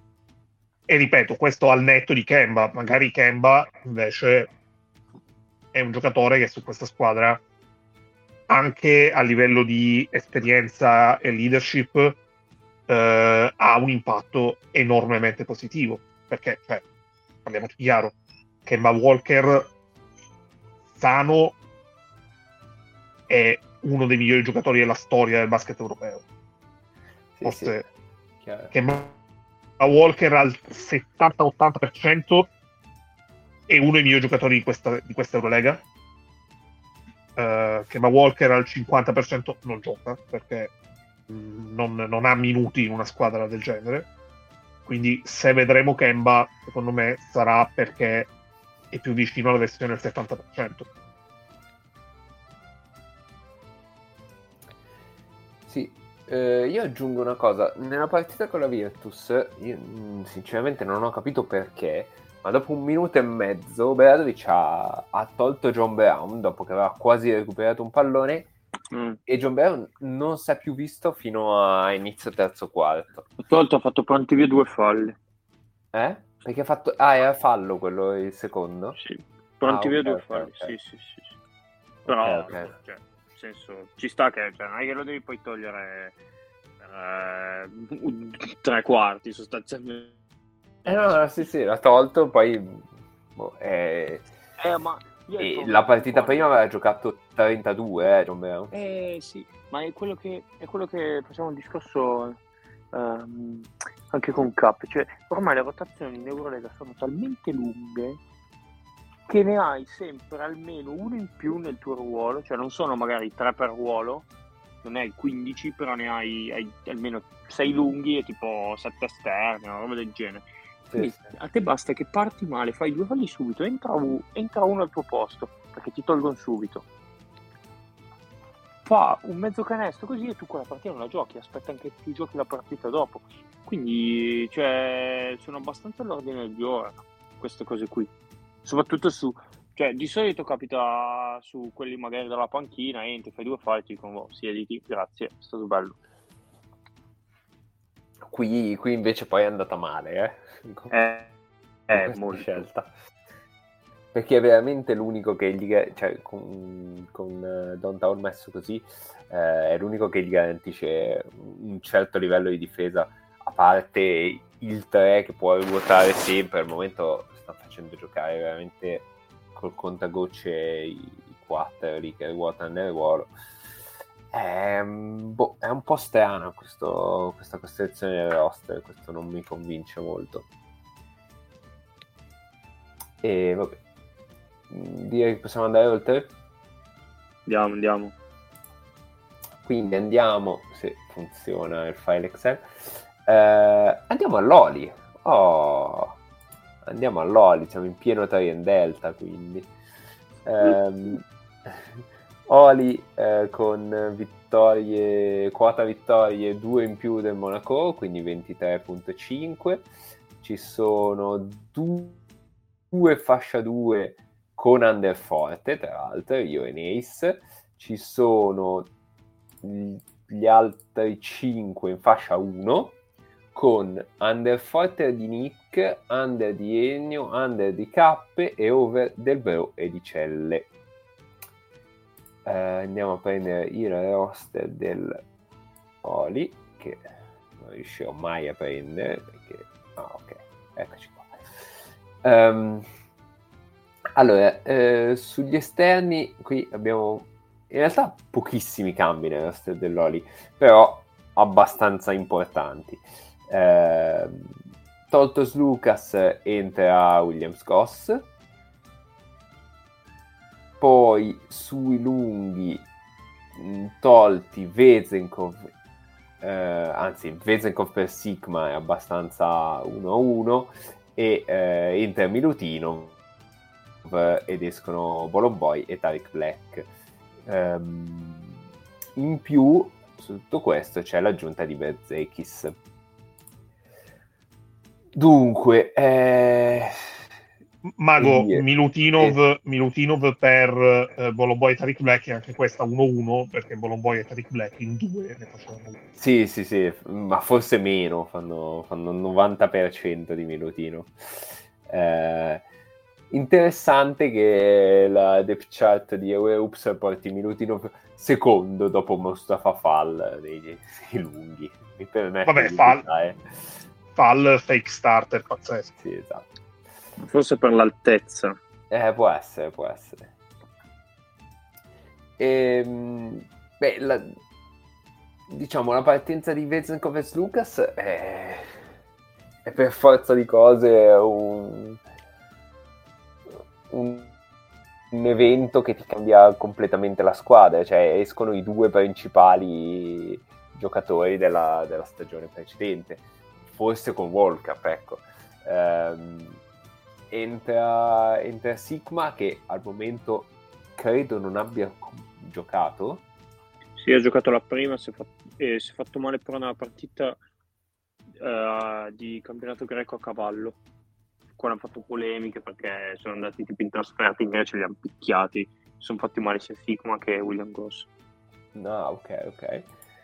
E ripeto, questo al netto di Kemba. Magari Kemba invece è un giocatore che su questa squadra, anche a livello di esperienza e leadership, ha un impatto enormemente positivo, perché, cioè, parliamoci chiaro, Kemba Walker sano è uno dei migliori giocatori della storia del basket europeo. Forse Kemba Walker al 70-80% è uno dei migliori giocatori di questa Eurolega. Kemba Walker al 50% non gioca perché non ha minuti in una squadra del genere, quindi se vedremo Kemba, secondo me sarà perché è più vicino alla versione del 70%. Sì, io aggiungo una cosa. Nella partita con la Virtus, io sinceramente non ho capito perché, ma dopo 1 minuto e mezzo Obradovic ha tolto John Brown dopo che aveva quasi recuperato un pallone e John Brown non si è più visto fino a inizio terzo quarto. Ha fatto pronti via 2 falli. Perché ha fatto... era fallo quello, il secondo? Sì, pronti via 2 okay, falli, okay. Sì. Però, okay. Cioè, nel senso, ci sta che non è che lo devi poi togliere 3 quarti sostanzialmente. No, sì, l'ha tolto, poi... Ma la partita prima aveva giocato 32, John Brown. Sì, ma è quello che facciamo un discorso anche con Cap, cioè ormai le rotazioni in Eurolega sono talmente lunghe che ne hai sempre almeno uno in più nel tuo ruolo, cioè non sono magari 3 per ruolo, non hai 15, però ne hai almeno 6 lunghi e tipo 7 esterni, una roba del genere. Quindi a te basta che parti male, fai 2 falli subito, entra uno al tuo posto, perché ti tolgono subito. Fa un mezzo canestro così e tu quella partita non la giochi, aspetta anche tu giochi la partita dopo. Quindi, cioè, sono abbastanza all'ordine del giorno queste cose qui. Soprattutto cioè, di solito capita su quelli magari dalla panchina, entri, fai 2 falli, ti dicono, siediti, grazie, è stato bello. Qui invece poi è andata male, molto scelta, perché è veramente l'unico che gli, cioè con Downtown messo così, è l'unico che gli garantisce un certo livello di difesa, a parte il 3 che può ruotare sempre. Al momento sta facendo giocare veramente col contagocce i 4 lì che ruotano nel ruolo. È un po' strano questa costruzione del roster, questo non mi convince molto. E vabbè, direi che possiamo andare oltre. Andiamo. Quindi andiamo, se funziona il file Excel, andiamo all'Oli. Andiamo all'Oli, siamo in pieno Trient Delta, quindi Oli con quota vittorie 2 in più del Monaco, quindi 23.5. Ci sono 2 fascia 2 con under forte, tra l'altro io e Nace. Ci sono gli altri 5 in fascia 1 con under forte di Nick, under di Ennio, under di Cappe e over del Bro e di Celle. Andiamo a prendere il roster del Oli, che non riuscirò mai a prendere perché ok, eccoci qua. Allora, sugli esterni qui abbiamo in realtà pochissimi cambi nel roster dell'Oli, però abbastanza importanti. Toltos Lucas, entra Williams Goss. Poi sui lunghi tolti Vezenkov, anzi Vezenkov per Sigma è abbastanza 1-1, e entra Milutinov ed escono Bolomboy e Tariq Black. In più su tutto questo c'è l'aggiunta di Berzekis. Dunque Mago, Milutinov per Bolomboy e Tariq Black, e anche questa 1-1 perché Bolomboy e Tariq Black in 2 ne facevano 1. Sì, ma forse meno, fanno il 90% di Milutinov. interessante che la depth chart di Hoops porti Milutino secondo dopo Mustafa Fall nei lunghi. Mi permette Vabbè, di Fall fake starter pazzesco. Sì, esatto. Forse per l'altezza. Può essere. Diciamo, la partenza di Vezenkov Lucas è per forza di cose un evento che ti cambia completamente la squadra, cioè escono i due principali giocatori della stagione precedente, forse con World Cup, ecco. Entra Sigma, che al momento credo non abbia giocato. Sì, ha giocato la prima, si è fatto male per una partita di campionato greco a cavallo. Qua hanno fatto polemiche perché sono andati tipo in trasferta, invece li hanno picchiati. Sono fatti male sia Sigma che William Goss. No, ok.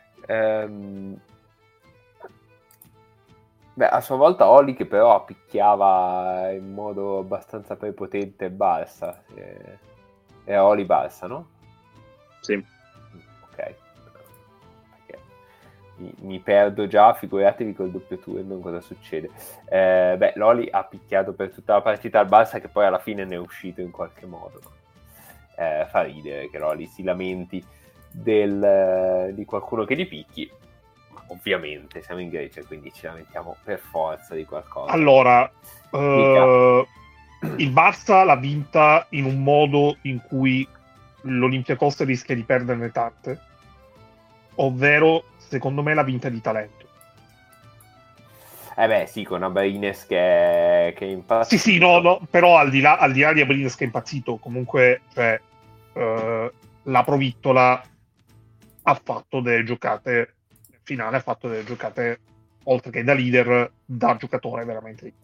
A sua volta Oli, che però picchiava in modo abbastanza prepotente Barça. Era Oli Barça, no? Sì. Ok. Perché mi perdo già, figuratevi col doppio turno cosa succede. L'Oli ha picchiato per tutta la partita al Barça, che poi alla fine ne è uscito in qualche modo. Fa ridere che l'Oli si lamenti di qualcuno che gli picchi. Ovviamente siamo in Grecia, quindi ci lamentiamo per forza di qualcosa. Allora, il Barça l'ha vinta in un modo in cui l'Olympiakos rischia di perderne tante, ovvero, secondo me, l'ha vinta di talento. Sì, con Abrines che è impazzito. Sì, no, però al di là di Abrines che è impazzito, comunque, cioè, la Provittola ha fatto delle giocate finale, ha fatto delle giocate, oltre che da leader, da giocatore veramente.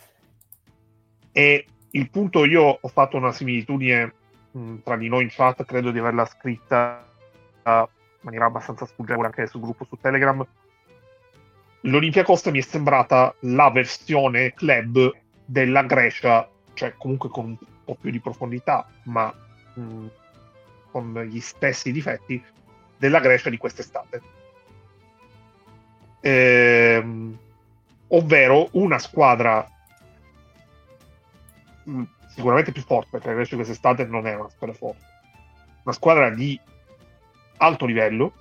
E il punto, io ho fatto una similitudine tra di noi in chat, credo di averla scritta in maniera abbastanza sfuggevole anche sul gruppo su Telegram. L'Olympiakos mi è sembrata la versione club della Grecia, cioè comunque con un po' più di profondità, ma con gli stessi difetti della Grecia di quest'estate. Ovvero una squadra sicuramente più forte, perché la Grecia di quest'estate non è una squadra forte, una squadra di alto livello,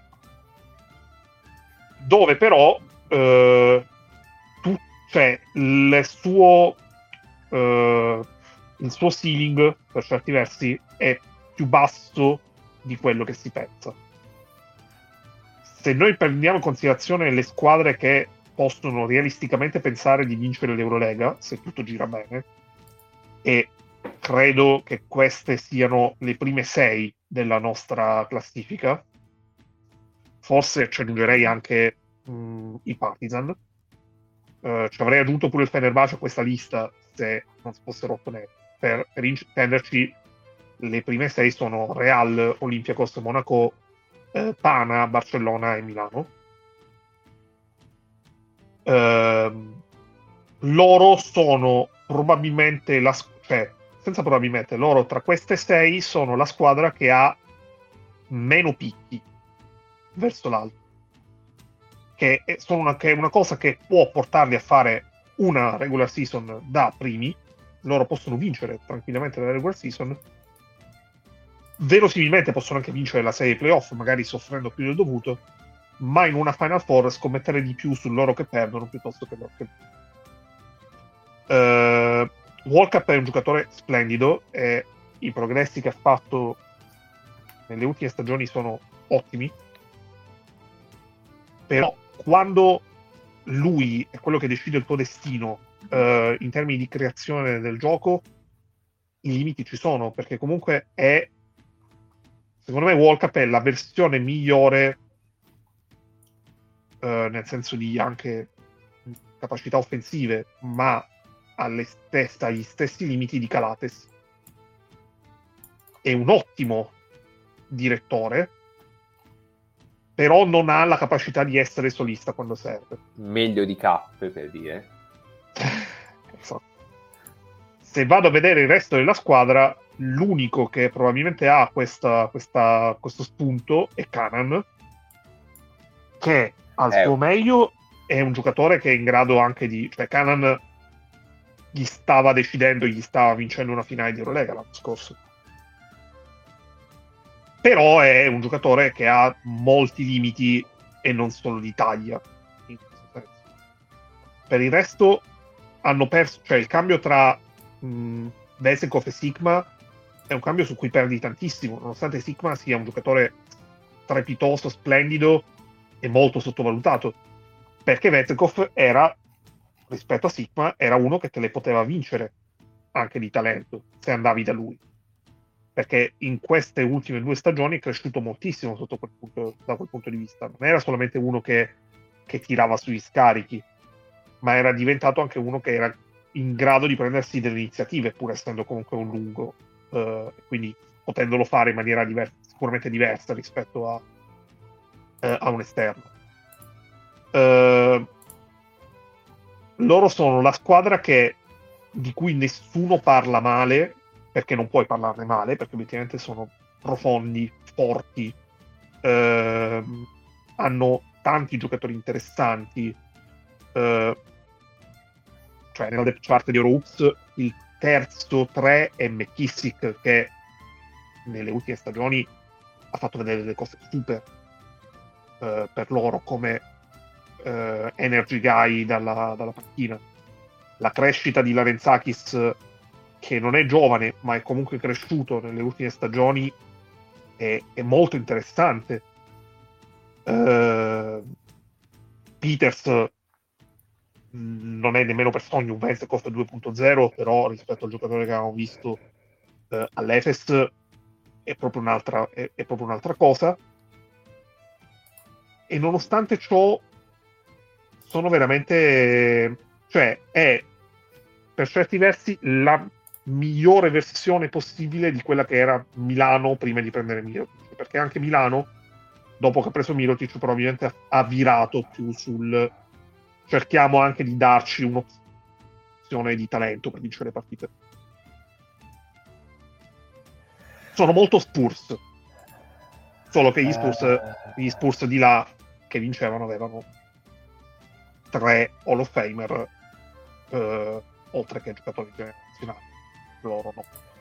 dove però cioè il suo ceiling per certi versi è più basso di quello che si pensa. Se noi prendiamo in considerazione le squadre che possono realisticamente pensare di vincere l'Eurolega, se tutto gira bene, e credo che queste siano le prime 6 della nostra classifica, forse ci aggiungerei anche i Partizan, ci avrei aggiunto pure il Fenerbahce a questa lista se non si fossero ottenere. Per intenderci, le prime 6 sono Real, Olympiakos, Monaco, Pana, Barcellona e Milano. Loro sono probabilmente senza probabilmente, loro tra queste 6 sono la squadra che ha meno picchi verso l'alto, che è una cosa che può portarli a fare una regular season da primi. Loro possono vincere tranquillamente la regular season, verosimilmente possono anche vincere la serie playoff, magari soffrendo più del dovuto, ma in una Final Four scommettere di più su loro che perdono piuttosto che loro che World Cup è un giocatore splendido e i progressi che ha fatto nelle ultime stagioni sono ottimi, però quando lui è quello che decide il tuo destino in termini di creazione del gioco, i limiti ci sono, perché comunque è, secondo me, World Cup è la versione migliore nel senso di anche capacità offensive, ma agli stessi limiti di Calates. È un ottimo direttore, però non ha la capacità di essere solista quando serve. Meglio di Cap, per dire. Esatto. se vado a vedere il resto della squadra, l'unico che probabilmente ha questo spunto è Kanan, che al suo meglio è un giocatore che è in grado anche di... Cioè Kanan gli stava vincendo una finale di Eurolega l'anno scorso. Però è un giocatore che ha molti limiti e non solo di taglia, in questo senso. Per il resto hanno perso, cioè il cambio tra Vesekov e Sigma è un cambio su cui perdi tantissimo, nonostante Sigma sia un giocatore strepitoso, splendido e molto sottovalutato, perché Vesekov era, rispetto a Sigma, era uno che te le poteva vincere anche di talento se andavi da lui, perché in queste ultime 2 stagioni è cresciuto moltissimo da quel punto di vista. Non era solamente uno che tirava sugli scarichi, ma era diventato anche uno che era in grado di prendersi delle iniziative, pur essendo comunque un lungo, quindi potendolo fare in maniera sicuramente diversa rispetto a un esterno. Loro sono la squadra di cui nessuno parla male, perché non puoi parlarne male, perché obiettivamente sono profondi, forti, hanno tanti giocatori interessanti, cioè nella depth chart di Euroops il terzo 3 è McKissick, che nelle ultime stagioni ha fatto vedere delle cose super per loro come energy guy dalla panchina. La crescita di Larenzakis, che non è giovane ma è comunque cresciuto nelle ultime stagioni, è molto interessante. Peters non è nemmeno per sogno un Vesekov 2.0, però rispetto al giocatore che avevamo visto all'Efes è proprio un'altra cosa, e nonostante ciò sono veramente, cioè è per certi versi la migliore versione possibile di quella che era Milano prima di prendere Mirotic, perché anche Milano, dopo che ha preso Mirotic, probabilmente ha virato più sul cerchiamo anche di darci un'opzione di talento per vincere le partite. Sono molto Spurs, solo che gli Spurs di là che vincevano avevano 3 Hall of Famer, oltre che giocatori generazionali. Loro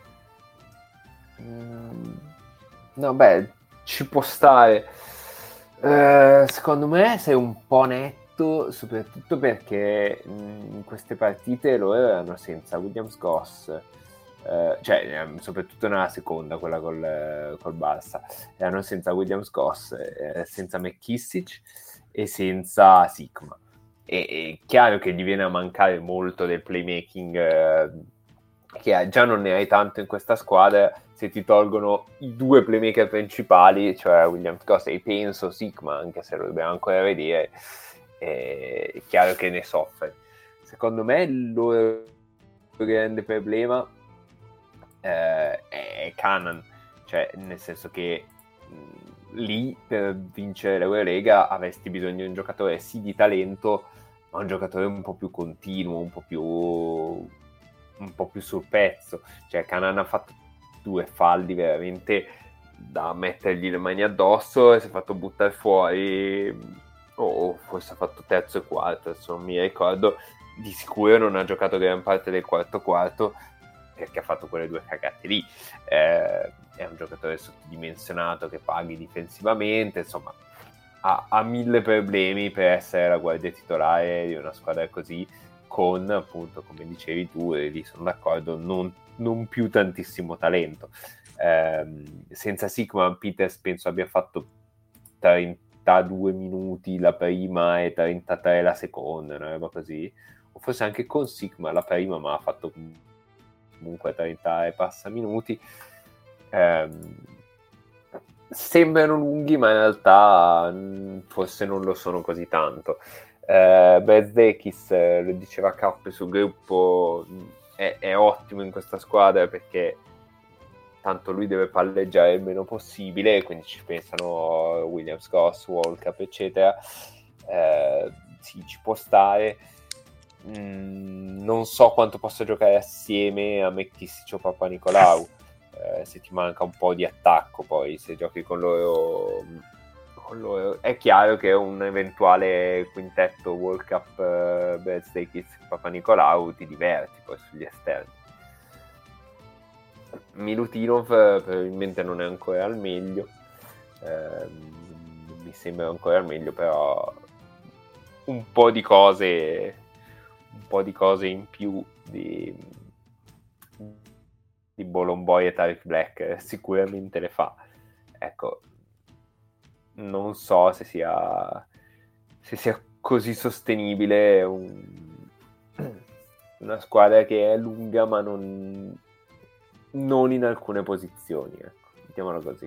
no. No, beh, ci può stare. Secondo me sei un po' netto, soprattutto perché in queste partite loro erano senza Williams Goss, cioè soprattutto nella seconda, quella col Barça, erano senza Williams Goss, senza McKissick e senza Sigma. È chiaro che gli viene a mancare molto del playmaking, che già non ne hai tanto in questa squadra. Se ti tolgono i 2 playmaker principali, cioè Williams Goss e penso Sigma, anche se lo dobbiamo ancora vedere, è chiaro che ne soffre. Secondo me il loro grande problema è Kanan, cioè nel senso che lì per vincere l'Eurolega avresti bisogno di un giocatore sì di talento, ma un giocatore un po' più continuo, un po' più sul pezzo. Cioè Kanan ha fatto 2 falli veramente da mettergli le mani addosso e si è fatto buttare fuori, o forse ha fatto terzo e quarto, adesso non mi ricordo. Di sicuro non ha giocato gran parte del quarto quarto perché ha fatto quelle 2 cagate lì. È un giocatore sottodimensionato che paghi difensivamente, insomma ha 1000 problemi per essere la guardia titolare di una squadra così, con appunto, come dicevi tu, e lì sono d'accordo, non più tantissimo talento. Senza Sigma, Peters penso abbia fatto 32 minuti la prima e 33 la seconda, una roba così, o forse anche con Sigma la prima, ma ha fatto comunque 30 e passa minuti. Sembrano lunghi, ma in realtà forse non lo sono così tanto. Bezzekis, lo diceva Cappe sul gruppo, è ottimo in questa squadra perché tanto lui deve palleggiare il meno possibile, quindi ci pensano Williams Goss, World Cup eccetera. Sì, ci può stare. non so quanto possa giocare assieme a McKissic o Papanicolaou. Se ti manca un po' di attacco, poi se giochi con loro è chiaro che un eventuale quintetto World Cup Birthday Kids Papanicolaou ti diverti poi sugli esterni. Milutinov probabilmente non è ancora al meglio, mi sembra ancora al meglio, però un po' di cose in più di Bolomboy e Tariq Black sicuramente le fa. Ecco, non so se sia così sostenibile una squadra che è lunga ma non in alcune posizioni, ecco, mettiamola così.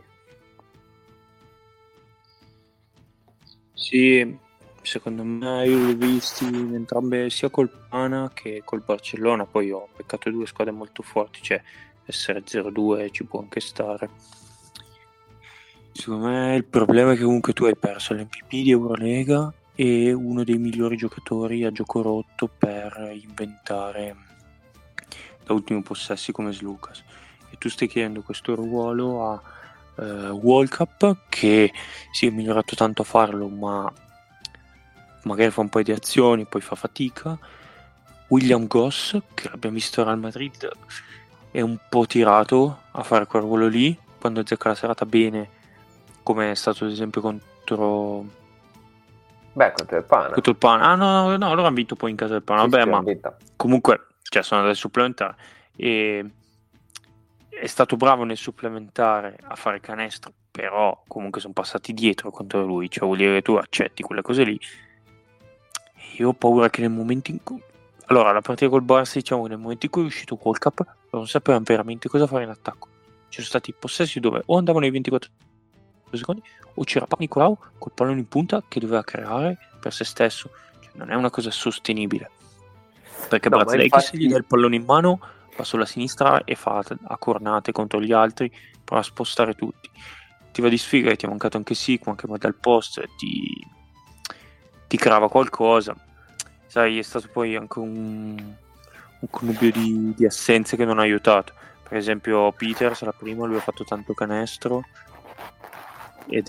Sì, secondo me io li ho visti in entrambe, sia col Pana che col Barcellona. Poi ho beccato due squadre molto forti, cioè essere 0-2 ci può anche stare. Secondo me il problema è che comunque tu hai perso l'MVP di Eurolega e uno dei migliori giocatori a gioco rotto per inventare da ultimo possessi come Slucas, e tu stai chiedendo questo ruolo a World Cup, che si è migliorato tanto a farlo, ma magari fa un po' di azioni, poi fa fatica. William Goss, che l'abbiamo visto al Real Madrid, è un po' tirato a fare quel ruolo lì quando gioca la serata bene, come è stato ad esempio contro il Pana. Contro il Pana. No, loro hanno vinto poi in casa del Pana. Sì, vabbè, sì, ma comunque sono andati supplementare e è stato bravo nel supplementare a fare canestro, però comunque sono passati dietro contro lui, cioè vuol dire che tu accetti quelle cose lì. Io ho paura che nel momento in cui la partita col Barça, diciamo che nel momento in cui è uscito World Cup non sapevano veramente cosa fare in attacco. Ci sono stati possessi dove o andavano i 24 secondi o c'era Papanicolaou col pallone in punta che doveva creare per se stesso. Cioè, non è una cosa sostenibile, perché Brazdeikis se gli dà il pallone in mano va sulla sinistra e fa a cornate contro gli altri, prova a spostare tutti, ti va di sfiga e ti è mancato anche Sigma che va dal post e ti crava qualcosa. Sai, è stato poi anche un connubio di assenze che non ha aiutato. Per esempio Peters, la prima, lui ha fatto tanto canestro ed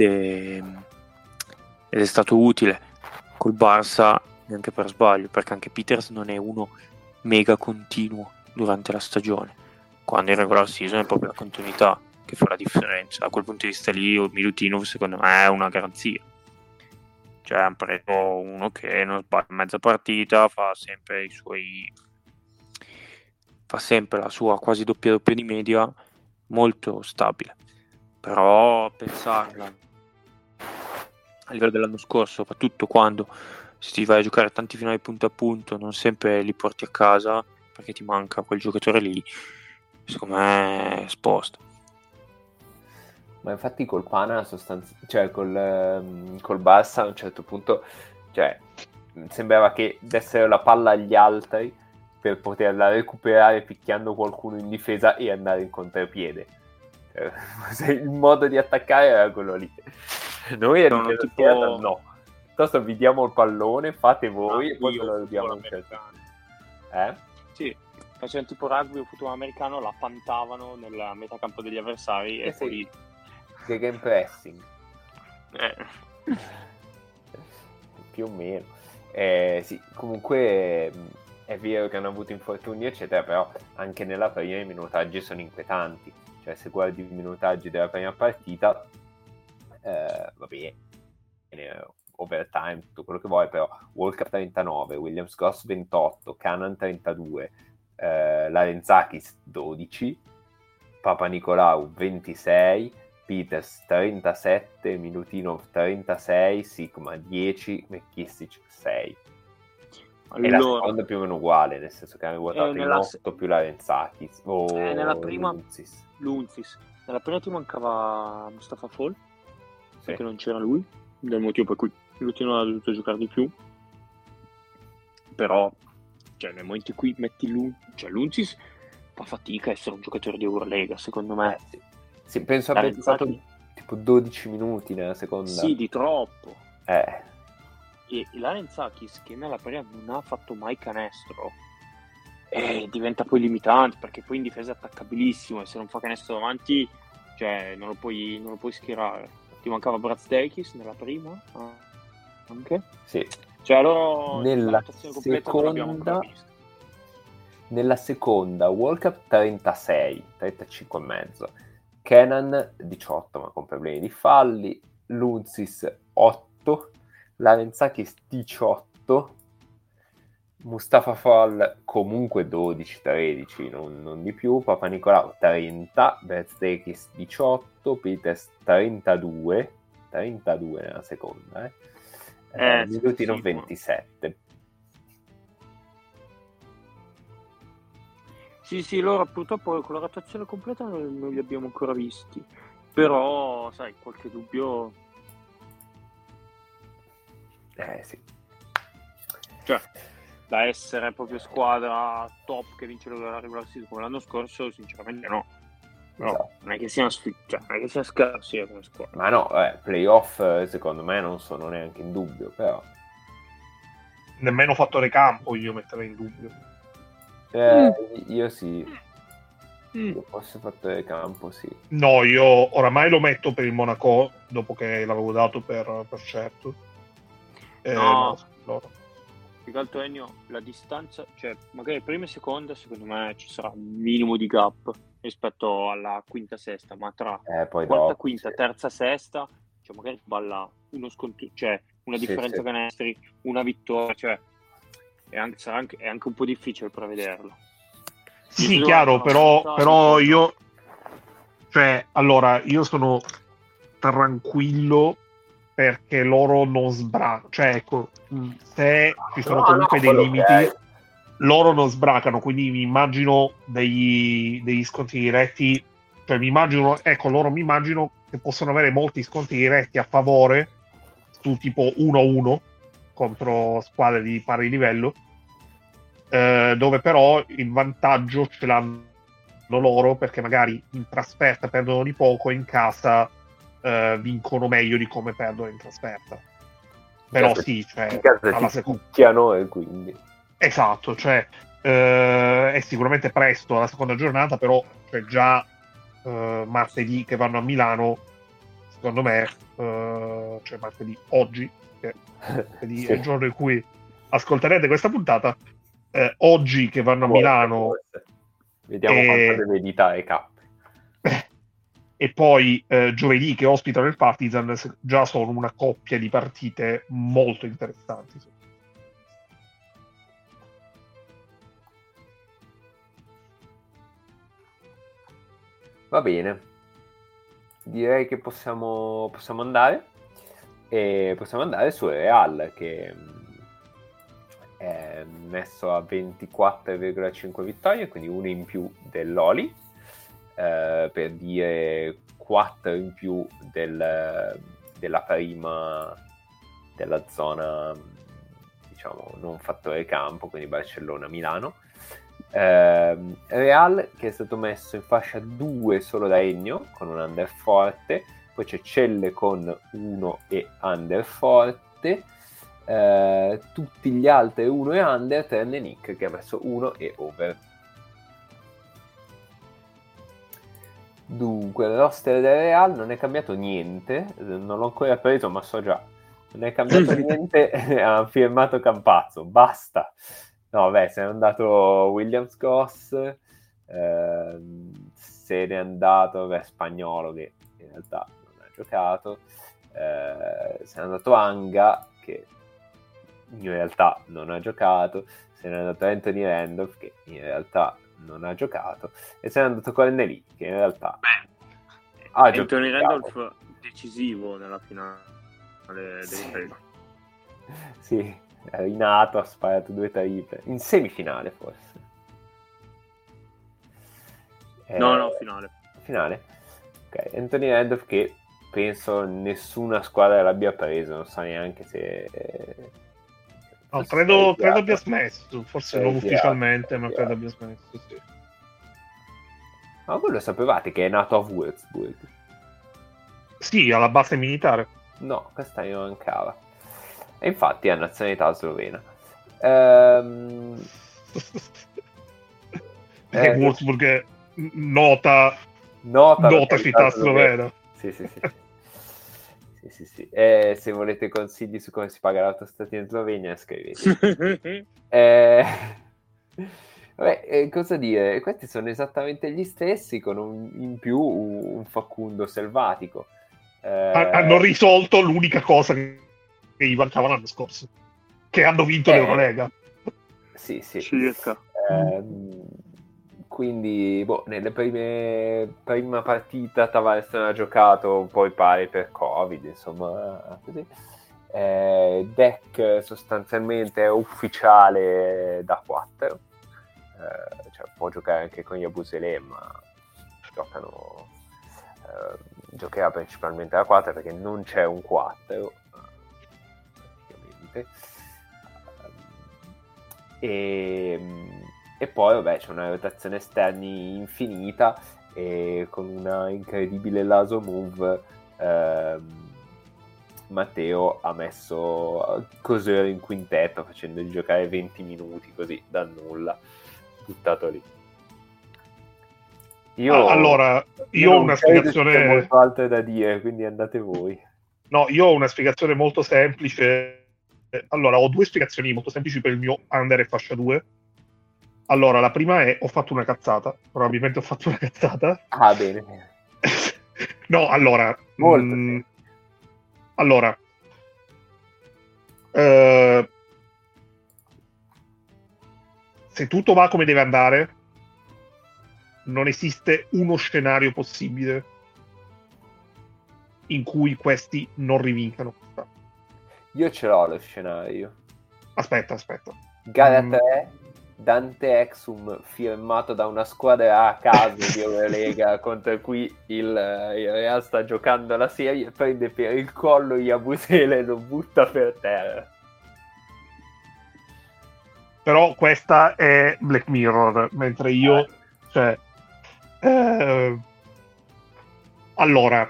è stato utile. Col Barça neanche per sbaglio, perché anche Peters non è uno mega continuo durante la stagione. Quando in regular season è proprio la continuità che fa la differenza. Da quel punto di vista lì Milutinov secondo me è una garanzia. Cioè hanno preso uno che non sbaglia mezza partita, fa sempre la sua quasi doppia di media, molto stabile. Però pensarla a livello dell'anno scorso, soprattutto quando se ti vai a giocare tanti finali punto a punto non sempre li porti a casa perché ti manca quel giocatore lì, secondo me sposta. Ma infatti col Pana cioè col Barça a un certo punto, cioè sembrava che dessero la palla agli altri per poterla recuperare picchiando qualcuno in difesa e andare in contropiede. Il modo di attaccare era quello lì. Noi a difesa no. Piuttosto vi diamo il pallone, fate voi e poi lo diamo in certo. Sì, facevano tipo rugby o football americano, la pantavano nella metà campo degli avversari e poi game pressing. Più o meno. Sì, comunque è vero che hanno avuto infortuni eccetera, però anche nella prima i minutaggi sono inquietanti. Cioè se guardi i minutaggi della prima partita va bene, overtime, tutto quello che vuoi, però Walker 39, Williams Goss 28, Cannon 32, Larenzakis 12, Papanicolaou 26, Peters 37, Milutinov 36, Sigma 10, McKissic 6. E la seconda più o meno uguale, nel senso che hanno votato in 8 più Larenzakis nella prima Lunzis. Nella prima ti mancava Mustafa Fall, perché non c'era lui, del motivo per cui Milutinov ha dovuto giocare di più. Però cioè nel momento in cui metti Lunzis fa fatica a essere un giocatore di Eurolega, secondo me. Sì, penso abbia giocato tipo 12 minuti nella seconda. Sì, di troppo. e Larenzakis, che nella prima non ha fatto mai canestro, diventa poi limitante, perché poi in difesa è attaccabilissimo e se non fa canestro davanti, cioè non lo puoi schierare. Ti mancava Brazdeikis nella prima? Anche? Sì. Cioè loro Nella la rotazione completa non l'abbiamo ancora vista. Nella seconda World Cup 36, 35 e mezzo, Kenan 18 ma con problemi di falli, Lunzis 8, Larenzakis 18, Mustafa Fall comunque 12-13, non di più, Papanicolaou 30, Brazdeikis 18, Peters 32 nella seconda, Milutino sì, 27. Sì, loro purtroppo con la rotazione completa non li abbiamo ancora visti, però sai, qualche dubbio... Sì. Cioè, da essere proprio squadra top che vince la regular season come l'anno scorso, sinceramente no. Però Esatto. non è che siano scarsi come squadra. Ma no, playoff secondo me non sono neanche in dubbio, però... Nemmeno fattore campo io metterei in dubbio. Io sì. Io posso fattore campo, sì. No, io oramai lo metto per il Monaco, dopo che l'avevo dato per certo. No. Loro. Più che altro, Ennio, la distanza, cioè magari prima e seconda, secondo me ci sarà un minimo di gap rispetto alla quinta sesta, ma tra Poi quarta, dopo, quinta, sì. terza, sesta, cioè magari balla uno scontro, cioè una differenza sì. canestri, una vittoria, cioè è anche un po' difficile prevederlo. Sì, chiaro, però io, cioè, allora, io sono tranquillo perché loro non sbracano, cioè, ecco, se ci sono comunque dei limiti, loro non sbracano, quindi mi immagino degli scontri diretti, cioè mi immagino che possono avere molti scontri diretti a favore su tipo 1-1 contro squadre di pari livello, dove però il vantaggio ce l'hanno loro perché magari in trasferta perdono di poco e in casa vincono meglio di come perdono in trasferta. Però sì, cioè alla seconda e quindi esatto, cioè è sicuramente presto alla seconda giornata, però cioè, già martedì che vanno a Milano, secondo me, cioè martedì oggi, che martedì è il giorno in cui ascolterete questa puntata, oggi che vanno a Milano, vediamo quanto deve editare K. E poi giovedì che ospitano il Partizan, già sono una coppia di partite molto interessanti. Va bene, direi che possiamo andare, e possiamo andare su Real, che è messo a 24,5 vittorie, quindi uno in più dell'Oli, per dire 4 in più della prima della zona, diciamo, non fattore campo, quindi Barcellona-Milano. Real che è stato messo in fascia 2 solo da Ennio con un under forte, poi c'è Celle con 1 e under forte, tutti gli altri 1 e under tranne Nick che ha messo 1 e over. Dunque il roster del Real non è cambiato niente, non l'ho ancora preso ma so già, non è cambiato niente. Ha firmato Campazzo, basta. No, beh, se n'è andato Williams Goss, se n'è andato Spagnolo che in realtà non ha giocato, se n'è andato Anga che in realtà non ha giocato, se n'è andato Anthony Randolph che in realtà non ha giocato, e se n'è andato Cornelì che in realtà ha giocato. Anthony Randolph decisivo nella finale del sì, è rinato, ha sparato 2 triple in semifinale forse. No, finale. Ok, Anthony Randolph che penso nessuna squadra l'abbia preso, non so neanche se no, credo abbia smesso, forse non ufficialmente, ma credo abbia smesso, sì. Ma voi lo sapevate che è nato a Würzburg? Sì, alla base militare. No, questa mi mancava. E infatti ha nazionalità slovena. Wolfsburg è nota Nota città slovena. Sì. Se volete consigli su come si paga l'autostrada in Slovenia, scrivete. Cosa dire? Questi sono esattamente gli stessi, con in più un Facundo selvatico. Hanno risolto l'unica cosa che gli mancava l'anno scorso, che hanno vinto l'Eurolega. Sì. Circa. Quindi nelle prima partita Tavares non ha giocato, poi pare per Covid, insomma, così. Deck sostanzialmente è ufficiale da 4, cioè può giocare anche con Yabusele, ma giocherà principalmente da 4 perché non c'è un 4 praticamente. E poi vabbè c'è una rotazione esterni infinita, e con una incredibile laso move Matteo ha messo Coser in quintetto, facendogli giocare 20 minuti così dal nulla, buttato lì. Io ho una spiegazione. C'è molto altro da dire, quindi andate voi. No, io ho una spiegazione molto semplice. Allora, ho due spiegazioni molto semplici per il mio under e fascia 2. Allora, la prima è: ho fatto una cazzata. Probabilmente ho fatto una cazzata. Ah, bene. No, allora. Molto. Allora. Se tutto va come deve andare, non esiste uno scenario possibile in cui questi non rivincano. Io ce l'ho lo scenario. Aspetta. Gara 3, Dante Exum firmato da una squadra a caso di Eurolega contro cui il Real sta giocando la serie, prende per il collo Yabusele e lo butta per terra. Però questa è Black Mirror, mentre io allora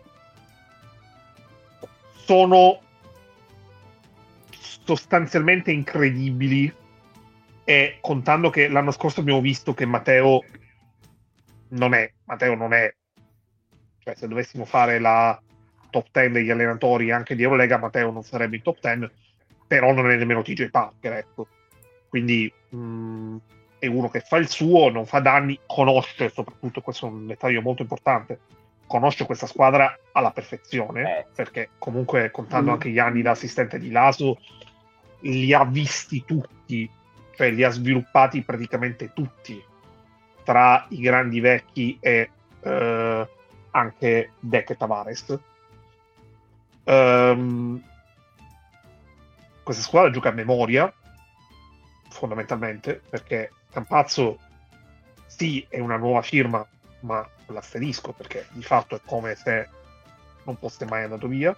sono sostanzialmente incredibili, e contando che l'anno scorso abbiamo visto che Matteo non è, cioè se dovessimo fare la top 10 degli allenatori anche di Eurolega, Matteo non sarebbe in top 10, però non è nemmeno TJ Parker, ecco. Quindi è uno che fa il suo, non fa danni, conosce, soprattutto questo è un dettaglio molto importante, conosce questa squadra alla perfezione, perché comunque contando anche gli anni da assistente di Laso li ha visti tutti, cioè li ha sviluppati praticamente tutti, tra i grandi vecchi e anche Deck e Tavares. Questa squadra gioca a memoria fondamentalmente, perché Campazzo sì è una nuova firma, ma l'asterisco, perché di fatto è come se non fosse mai andato via.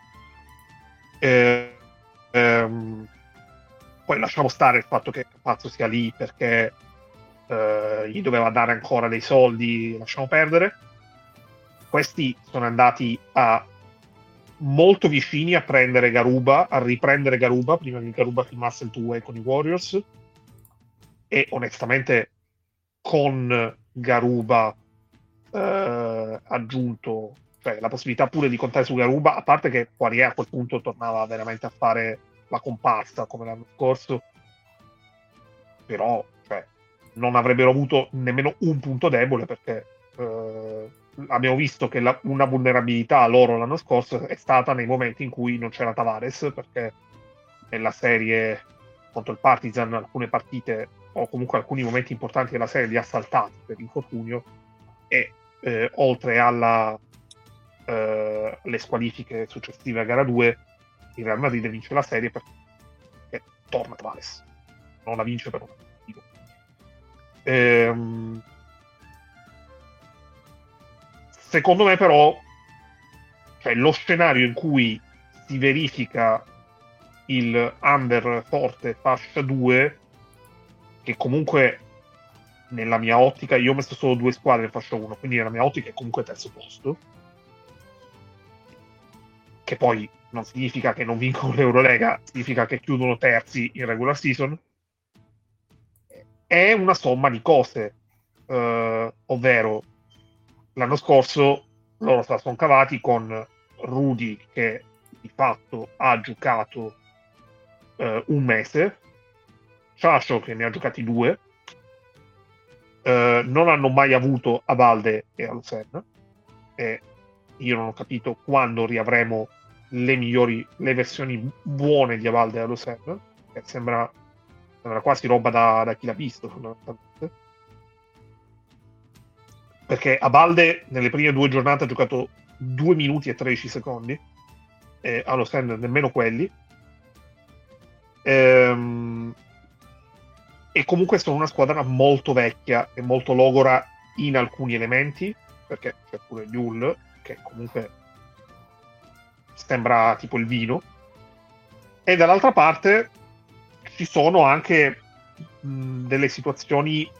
Poi lasciamo stare il fatto che Campazzo sia lì perché gli doveva dare ancora dei soldi, lasciamo perdere. Questi sono andati molto vicini a prendere Garuba, a riprendere Garuba prima che Garuba firmasse il 2 con i Warriors, e onestamente con Garuba aggiunto, cioè la possibilità pure di contare su Garuba, a parte che Poirier a quel punto tornava veramente a fare la comparsa come l'anno scorso, però cioè, non avrebbero avuto nemmeno un punto debole, perché abbiamo visto che una vulnerabilità loro l'anno scorso è stata nei momenti in cui non c'era Tavares, perché nella serie contro il Partizan alcune partite o comunque alcuni momenti importanti della serie li ha saltati per infortunio, e oltre alle squalifiche successive a gara 2 il Real Madrid vince la serie perché torna Tavares, non la vince per un motivo. Secondo me però, cioè, lo scenario in cui si verifica il under forte fascia 2, che comunque nella mia ottica, io ho messo solo 2 squadre in fascia 1, quindi nella mia ottica è comunque terzo posto, che poi non significa che non vincono l'Eurolega, significa che chiudono terzi in regular season. È una somma di cose, ovvero l'anno scorso loro se la sono cavati con Rudy che di fatto ha giocato un mese, Ciascio che ne ha giocati 2, non hanno mai avuto Abalde e Alusen, e io non ho capito quando riavremo le versioni buone di Abalde e Alusen, che sembra quasi roba da chi l'ha visto fondamentalmente, perché Abalde nelle prime 2 giornate ha giocato 2 minuti e 13 secondi e Alusen nemmeno quelli. E comunque sono una squadra molto vecchia e molto logora in alcuni elementi, perché c'è pure Yul che comunque sembra tipo il vino, e dall'altra parte ci sono anche delle situazioni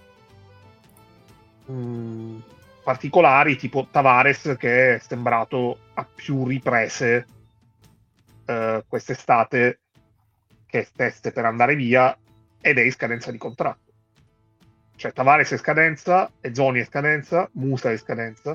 particolari, tipo Tavares che è sembrato a più riprese quest'estate che stesse per andare via ed è in scadenza di contratto. Cioè Tavares è scadenza, Ezzoni è scadenza, Musa è scadenza.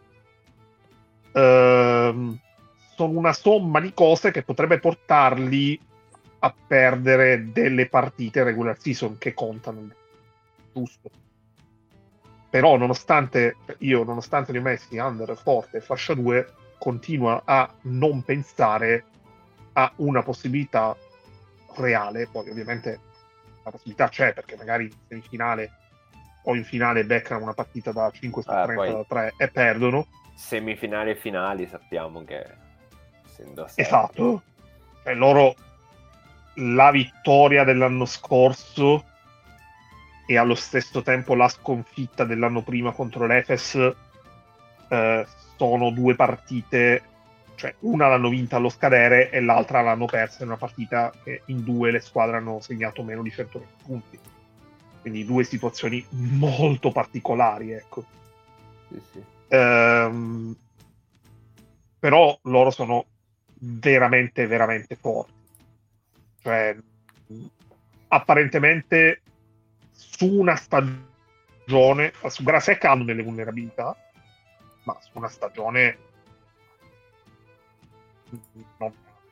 Sono una somma di cose che potrebbe portarli a perdere delle partite regular season che contano, giusto. Però nonostante li ho messi under forte fascia 2, continua a non pensare a una possibilità reale. Poi ovviamente la possibilità c'è, perché magari in semifinale o in finale beccano una partita da 5 su 30 da 3 e perdono. Semifinali e finali sappiamo che essendo esatto, cioè loro la vittoria dell'anno scorso e allo stesso tempo la sconfitta dell'anno prima contro l'Efes sono 2 partite, cioè una l'hanno vinta allo scadere e l'altra l'hanno persa in una partita che in 2 le squadre hanno segnato meno di 120 punti, quindi 2 situazioni molto particolari, ecco. Sì. Però loro sono veramente veramente forti, cioè apparentemente su una stagione, su gara secca hanno delle vulnerabilità, ma su una stagione non.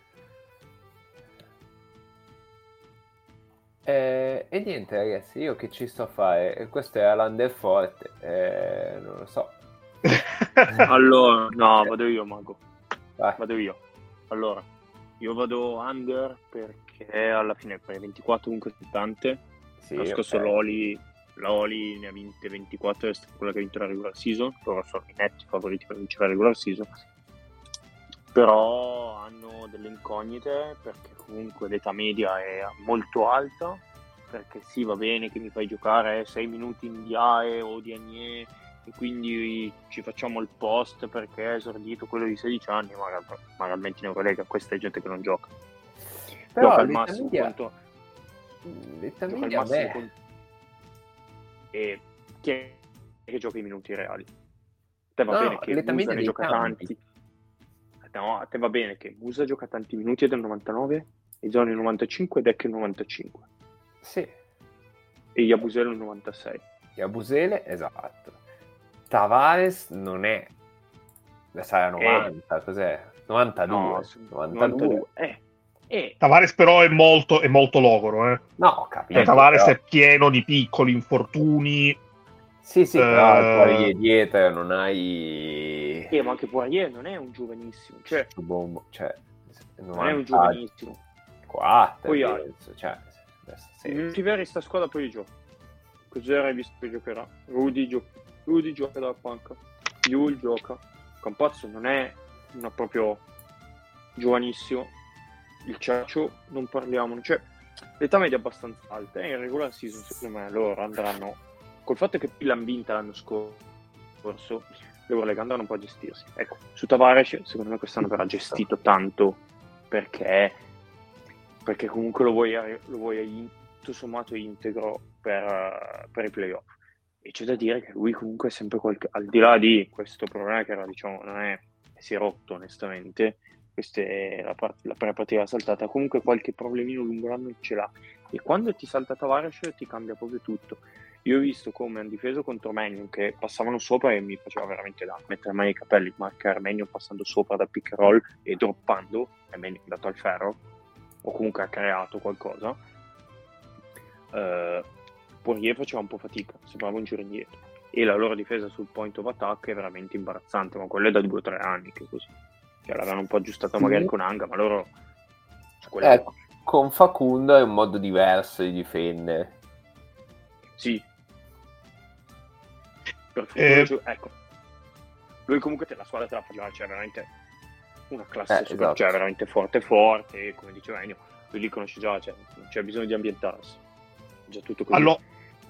E niente ragazzi, io che ci sto a fare? Questo è Alan Forte, non lo so. Allora, no, vado io, Mago. Vai. Vado io. Allora, io vado under perché alla fine per 24 comunque è tante. Sì, L'anno scorso okay. l'Oli ne ha vinte 24, è stata quella che ha vinto la regular season. Loro sono i netti favoriti per vincere la regular season. Però hanno delle incognite, perché comunque l'età media è molto alta, perché sì, va bene che mi fai giocare 6 minuti in DAE o di Anie e quindi ci facciamo il post perché è esordito quello di 16 anni, ma realmente in Eurolega questa è gente che non gioca. Però Gioca al massimo l'età media e chi è che gioca i minuti reali? Te va No, bene che l'età Musa media ne dei gioca campi. tanti. No, a te va bene che Musa gioca tanti minuti ed è del 99, Ezzoni 95 ed Ecche 95. Sì. E Yabusele 96. Yabusele, esatto. Tavares non è, sarà 90, cos'è? 92. No, 92. Tavares però è molto logoro, No, ho capito. Tavares però è pieno di piccoli infortuni. Sì, però al Poirier dietro non hai... ma anche Poirier non è un giovanissimo, cioè non è un giovanissimo. 4, poi penso, cioè, minuti veri sta squadra poi gioca. Cos'era, hai visto che giocherà? Rudy gioca dalla panca, Yul gioca, Campazzo non è una proprio giovanissimo, il Ciaccio non parliamo, cioè l'età media è abbastanza alta, in regular season secondo me loro andranno, col fatto che l'hanno vinta l'anno scorso, l'Eurolega andranno un po' a gestirsi. Ecco, su Tavares secondo me quest'anno verrà gestito tanto perché comunque lo vuoi tutto sommato integro per i playoff, e c'è da dire che lui comunque è sempre al di là di questo problema che era, diciamo, non è, si è rotto onestamente, la prima partita saltata, comunque qualche problemino lungo l'anno ce l'ha, e quando ti salta Tavares ti cambia proprio tutto. Io ho visto come hanno difeso contro Mannion, che passavano sopra e mi faceva veramente da mettere mani ai capelli, marcare Mannion passando sopra da pick and roll e droppando, e Mannion è andato al ferro, o comunque ha creato qualcosa. Poirier faceva un po' fatica, sembrava un giro indietro, e la loro difesa sul point of attack è veramente imbarazzante, ma quello è da 2 o 3 anni che così, cioè l'avevano un po' aggiustato magari con Anga, ma loro con Facundo è un modo diverso di difendere. Sì, ecco, lui comunque la squadra te la faceva, cioè veramente una classe super, esatto. Cioè veramente forte, e come diceva Ennio, lui li conosce già, cioè non c'è bisogno di ambientarsi, è già tutto così. Allora,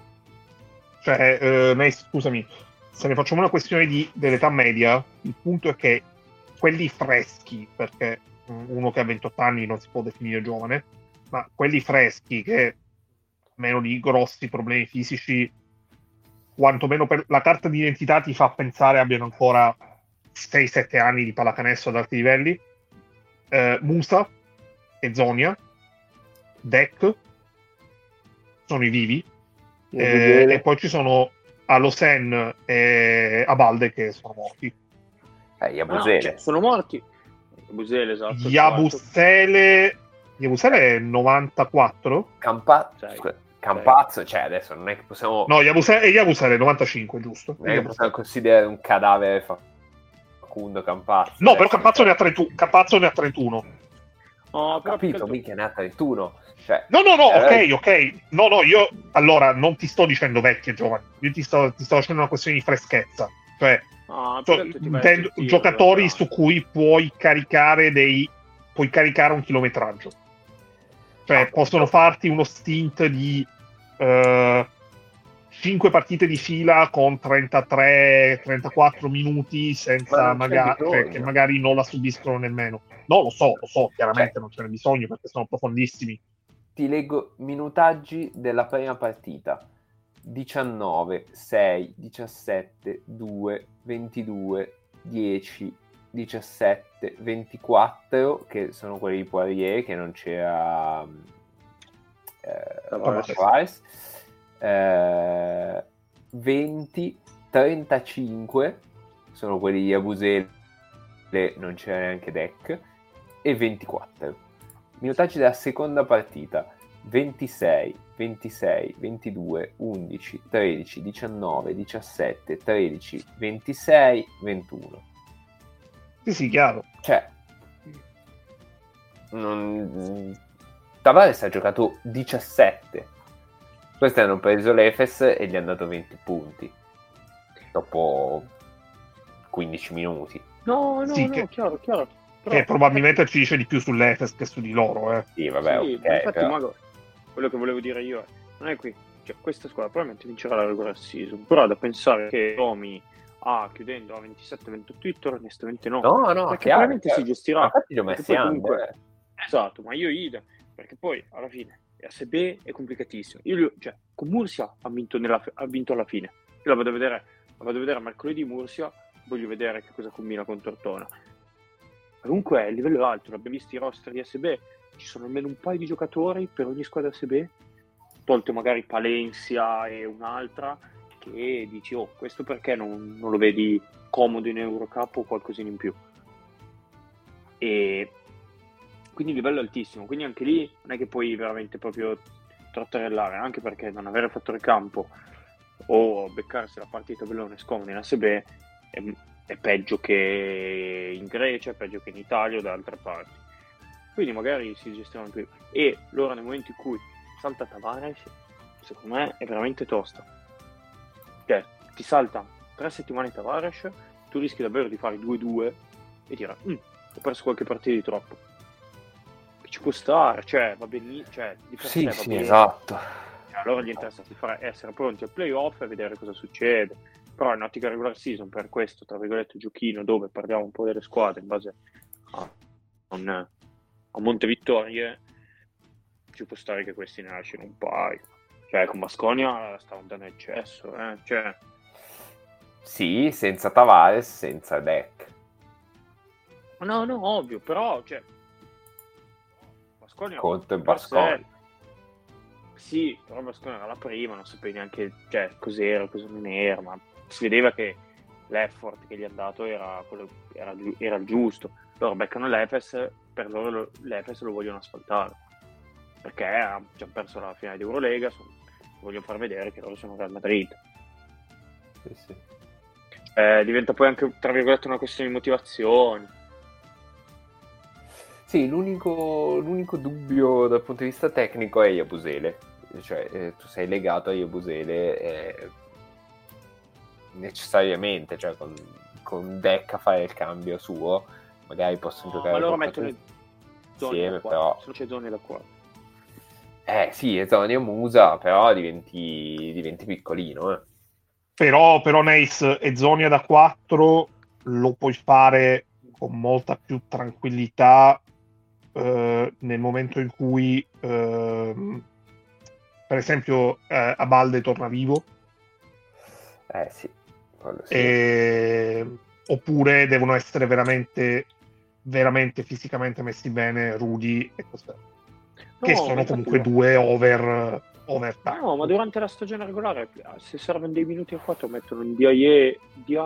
scusami, se ne facciamo una questione dell'età media, il punto è che quelli freschi, perché uno che ha 28 anni non si può definire giovane, ma quelli freschi che meno di grossi problemi fisici, quantomeno per la carta di identità ti fa pensare abbiano ancora 6-7 anni di pallacanestro ad alti livelli. Musa e Zonia, Deck sono i vivi, e poi ci sono Alosen e Abalde che sono morti. Yabusele. Sono morti. Yabusele, esatto. Yabusele è 94? Campazzo, cioè adesso non è che possiamo... No, Yabusele è 95, giusto? Non è che possiamo considerare un cadavere Facundo Campazzo. No, però Campazzo ne ha 31. Ho capito, mica ne ha 31. Cioè, no, ok. No, io allora non ti sto dicendo vecchi e giovani, io ti sto facendo una questione di freschezza. Cioè, giocatori su cui puoi caricare un chilometraggio. Cioè, possono farti uno stint di 5 partite di fila con 33-34 minuti senza che magari non la subiscono nemmeno. No, lo so, chiaramente non ce n'è bisogno perché sono profondissimi. Ti leggo minutaggi della prima partita: 19, 6, 17, 2, 22, 10, 17, 24, che sono quelli di Poirier, che non c'era Tavares, 20, 35 sono quelli di Yabusele, non c'era neanche Deck, e 24. Minutaggi della seconda partita: 26, 26, 22, 11, 13, 19, 17, 13, 26, 21. Sì, chiaro. Cioè, Tavares ha giocato 17. Questi hanno preso l'Efes e gli hanno dato 20 punti dopo 15 minuti. No, chiaro. Che probabilmente ci dice di più sull'Efes che su di loro. Sì, vabbè, sì, okay, infatti, però... quello che volevo dire io non è qui, cioè, questa squadra probabilmente vincerà la regular season, però da pensare che Romy chiudendo a 27-28 vittorie, onestamente no. Perché probabilmente si gestirà. Infatti li ho messi comunque... Esatto, ma io idem, perché poi alla fine SB è complicatissimo. Cioè, con Murcia ha vinto alla fine. Io la vado a vedere mercoledì Murcia, voglio vedere che cosa combina con Tortona. Comunque il livello è alto, l'abbiamo visto i roster di SB, ci sono almeno un paio di giocatori per ogni squadra SB, tolto magari Palencia e un'altra, che dici, questo perché non lo vedi comodo in Eurocup o qualcosina in più. E quindi il livello è altissimo, quindi anche lì non è che puoi veramente proprio trotterellare, anche perché non avere fattore campo o beccarsi la partita bellone scomoda in ASB è peggio che in Grecia, è peggio che in Italia o da altre parti, quindi magari si gestiscono più. E loro nel momento in cui salta Tavares, secondo me è veramente tosta, cioè ti salta 3 settimane Tavares, tu rischi davvero di fare 2-2 e dire ho perso qualche partita di troppo, che ci può stare, cioè va benissimo, cioè di per sé va bene. Esatto. Allora gli interessa di essere pronti al playoff e vedere cosa succede, però in ottica regular season, per questo tra virgolette giochino dove parliamo un po' delle squadre in base a monte vittorie, ci può stare che questi ne lasciano un paio, cioè con Baskonia stava andando a eccesso, cioè sì, senza Tavares, senza Deck. No, ovvio, però, cioè, Baskonia Conte e per sé- Baskonia. Sì, però Baskonia era la prima, non sapevi neanche, cioè, cos'era, cosa non era, ma si vedeva che l'effort che gli hanno dato era il giusto. Loro beccano l'Efes, per loro l'Efes lo vogliono asfaltare, perché ha già perso la finale di Eurolega, vogliono far vedere che loro sono Real Madrid. Sì. Diventa poi anche, tra virgolette, una questione di motivazioni. Sì, l'unico dubbio dal punto di vista tecnico è Yabusele, cioè tu sei legato a Yabusele necessariamente, cioè con Deck a fare il cambio suo, magari possono giocare ma loro con mettono insieme, qua, però se non c'è zone da qua. sì, Zoni e Musa, però diventi piccolino, Però Neis e Zonia da 4 lo puoi fare con molta più tranquillità nel momento in cui per esempio Abalde torna vivo, sì, quello sì. oppure devono essere veramente fisicamente messi bene Rudy e Costello, che sono comunque due over tanto. No, ma durante la stagione regolare, se servono dei minuti a 4, mettono in Diaye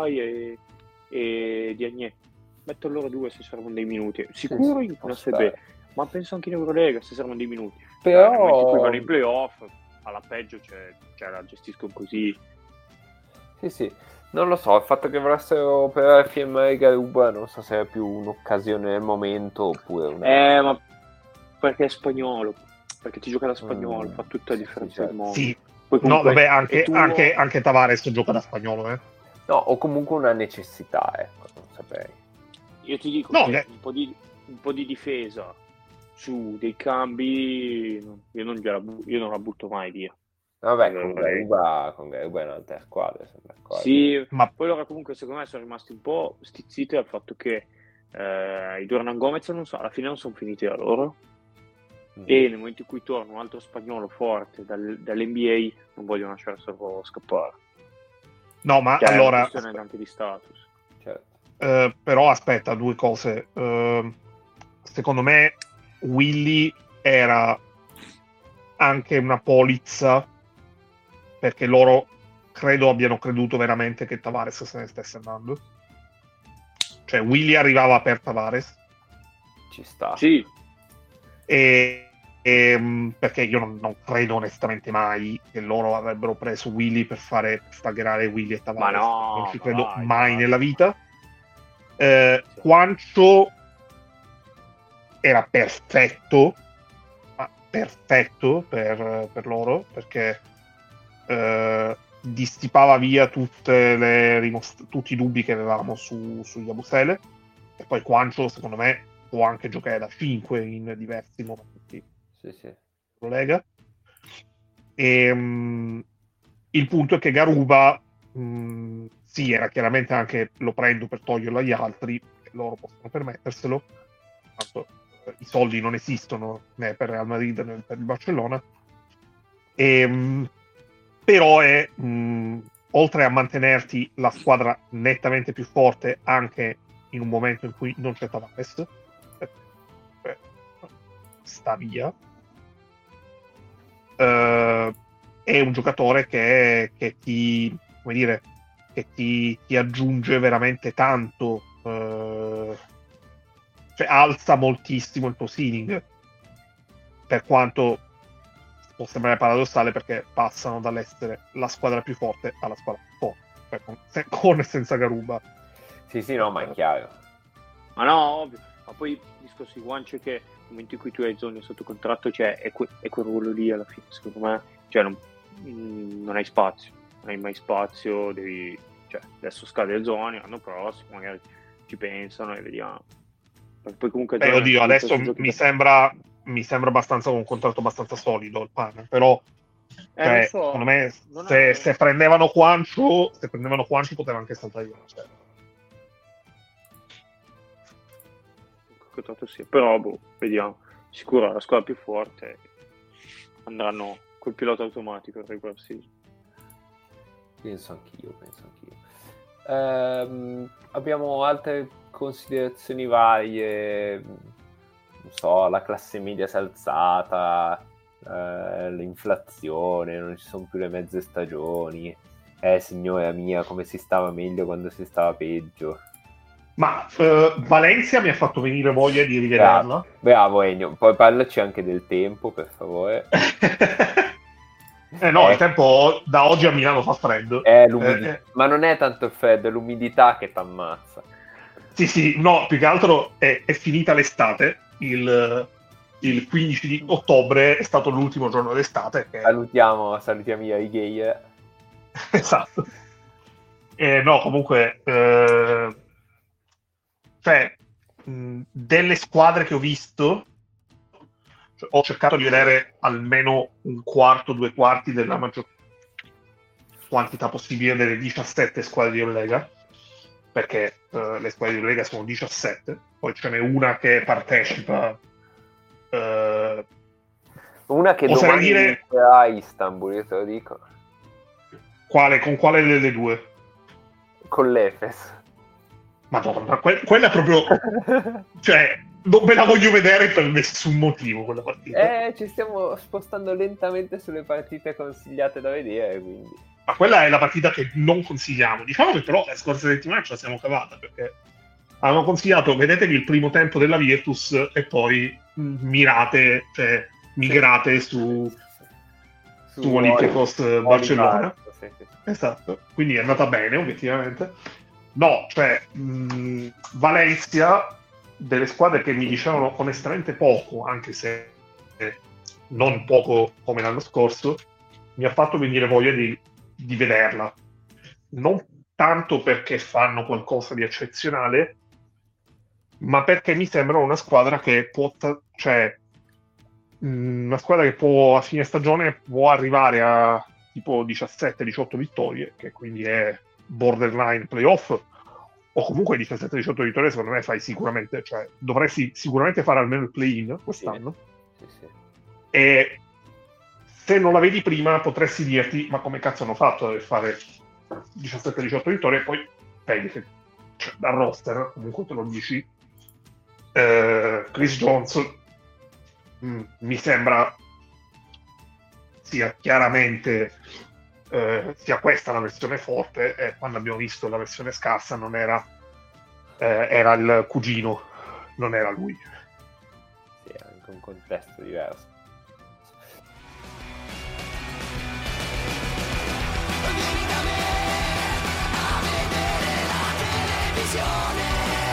e Diagne. Mettono loro due se servono dei minuti. Sicuro in ASB, ma penso anche in Eurolega se servono dei minuti. Però nel momento in cui vanno in playoff, alla peggio la gestiscono così. Sì, non lo so, il fatto che volessero per firmare Garuba non so se è più un'occasione del momento oppure ma perché è spagnolo, perché ti gioca da spagnolo, fa tutta la differenza del mondo. Sì. Poi comunque, no, vabbè, anche Tavares gioca da spagnolo, No, o comunque una necessità, non saprei. Io ti dico No, che un po' di difesa su dei cambi io non la butto mai via. Vabbè, con Garuba è un'altra squadra, sembra quasi. Sì, ma poi loro comunque secondo me sono rimasti un po' stizziti dal fatto che i Durán Gomez alla fine non sono finiti da loro. E nel momento in cui torna un altro spagnolo forte dall'NBA non vogliono lasciarselo scappare. no, ma Cioè, allora è una questione anche di status. Certo. Però aspetta, due cose. Secondo me Willy era anche una polizza, perché loro credo abbiano creduto veramente che Tavares se ne stesse andando. Cioè Willy arrivava per Tavares. Ci sta. Sì. Perché io non credo onestamente mai che loro avrebbero preso Willy per fare staggerare Willy e Tavares. Ma no, non ci credo vai, mai vai. nella vita. Juancho era perfetto per loro, perché dissipava via tutti i dubbi che avevamo su Yabusele. E poi Juancho secondo me può anche giocare da 5 in diversi momenti. Sì. Lega. Il punto è che Garuba sì, era chiaramente anche lo prendo per toglierlo agli altri, loro possono permetterselo, tanto i soldi non esistono né per Real Madrid né per il Barcellona, però è oltre a mantenerti la squadra nettamente più forte anche in un momento in cui non c'è Tavares, sta via, è un giocatore che ti, come dire, che ti aggiunge veramente tanto, cioè alza moltissimo il tuo ceiling, per quanto può sembrare paradossale, perché passano dall'essere la squadra più forte alla squadra più forte, cioè con e senza Garuba. Sì, no, ma è chiaro. Ma no, ovvio. Ma poi il discorso di Juancho è che nel momento in cui tu hai Zoni sotto contratto, cioè è quel ruolo lì alla fine, secondo me, cioè non hai spazio, non hai mai spazio, cioè adesso scade Zoni, l'anno prossimo magari ci pensano e vediamo. Perché poi comunque oddio, adesso mi sembra abbastanza un contratto abbastanza solido il Pan, però cioè, so, secondo me se prendevano Juancho poteva anche saltare via. Cioè. Sì, però vediamo. Sicuro la squadra più forte andranno col pilota automatico in regular season. Penso anch'io. Abbiamo altre considerazioni varie, non so, la classe media si è alzata, l'inflazione, non ci sono più le mezze stagioni. Signora mia, come si stava meglio quando si stava peggio. Ma Valencia mi ha fatto venire voglia di rivederla. Bravo Ennio, poi parlaci anche del tempo, per favore. No, il tempo da oggi a Milano fa freddo. Ma non è tanto il freddo, è l'umidità che ti ammazza. Sì, no, più che altro è finita l'estate, il 15 di ottobre è stato l'ultimo giorno d'estate. Salutiamo i gay. Esatto. No, comunque, cioè, delle squadre che ho visto, ho cercato di vedere almeno un quarto, 2/4 della maggior quantità possibile delle 17 squadre di Eurolega, perché le squadre di Eurolega sono 17, poi ce n'è una che partecipa, una che domani inizierà a Istanbul, io te lo dico. Con quale delle due? Con l'Efes. Madonna, quella è proprio cioè non me la voglio vedere per nessun motivo quella partita. Ci stiamo spostando lentamente sulle partite consigliate da vedere, quindi. Ma quella è la partita che non consigliamo. Diciamo che però la scorsa settimana ce la siamo cavata, perché avevano consigliato vedetevi il primo tempo della Virtus e poi migrate su Olympiacos Barcellona. Sì. Esatto, quindi è andata bene obiettivamente. No, cioè Valencia, delle squadre che mi dicevano onestamente poco, anche se non poco come l'anno scorso, mi ha fatto venire voglia di vederla. Non tanto perché fanno qualcosa di eccezionale, ma perché mi sembrano una squadra che può, una squadra che può a fine stagione può arrivare a tipo 17-18 vittorie, che quindi è borderline playoff, o comunque 17-18 vittorie secondo me fai sicuramente, cioè dovresti sicuramente fare almeno il play-in quest'anno. Sì. E se non la vedi prima potresti dirti ma come cazzo hanno fatto a fare 17-18 vittorie, e poi vedi che dal roster comunque te lo dici. Chris Jones mi sembra sia chiaramente sia questa la versione forte, e quando abbiamo visto la versione scarsa non era il cugino, non era lui. Sì, è anche un contesto diverso. Vieni da me a vedere la televisione.